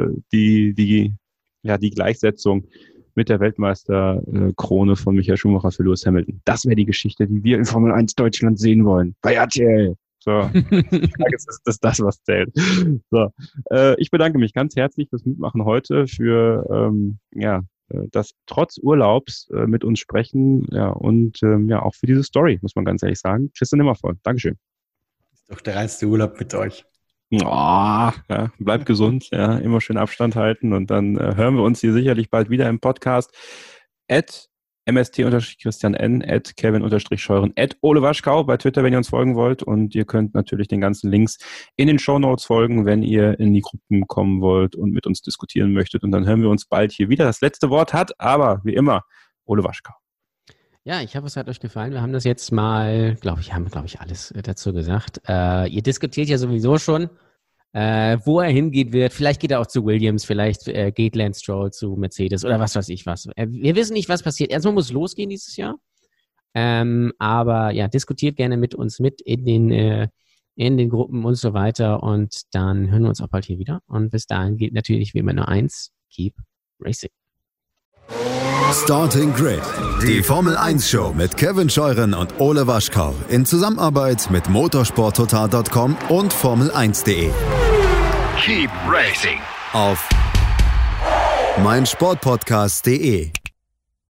Speaker 4: die Gleichsetzung mit der Weltmeisterkrone von Michael Schumacher für Lewis Hamilton. Das wäre die Geschichte, die wir in Formel 1 Deutschland sehen wollen. Bei RTL. So, ich sage, es ist das, was zählt. So, ich bedanke mich ganz herzlich fürs Mitmachen heute, für das trotz Urlaubs mit uns sprechen. Ja, und auch für diese Story, muss man ganz ehrlich sagen. Christian Nimmervoll, Dankeschön.
Speaker 5: Ist doch der reinste Urlaub mit euch.
Speaker 4: Oh, ja, bleibt gesund, ja, immer schön Abstand halten und dann hören wir uns hier sicherlich bald wieder im Podcast. @mst_Christian N, @Kevin_Scheuren, @Ole Waschkau bei Twitter, wenn ihr uns folgen wollt. Und ihr könnt natürlich den ganzen Links in den Shownotes folgen, wenn ihr in die Gruppen kommen wollt und mit uns diskutieren möchtet. Und dann hören wir uns bald hier wieder. Das letzte Wort hat aber, wie immer, Ole Waschkau.
Speaker 6: Ja, ich hoffe, es hat euch gefallen. Wir haben das jetzt mal, glaube ich, alles dazu gesagt. Ihr diskutiert ja sowieso schon, wo er hingeht wird. Vielleicht geht er auch zu Williams, vielleicht geht Lance Stroll zu Mercedes oder was weiß ich was. Wir wissen nicht, was passiert. Erstmal muss es losgehen dieses Jahr. Aber ja, diskutiert gerne mit uns mit in den Gruppen und so weiter. Und dann hören wir uns auch bald hier wieder. Und bis dahin gilt natürlich wie immer nur eins: Keep Racing.
Speaker 2: Starting Grid, die Formel 1 Show mit Kevin Scheuren und Ole Waschkau in Zusammenarbeit mit motorsporttotal.com und Formel1.de.
Speaker 3: Keep racing
Speaker 2: Auf meinsportpodcast.de.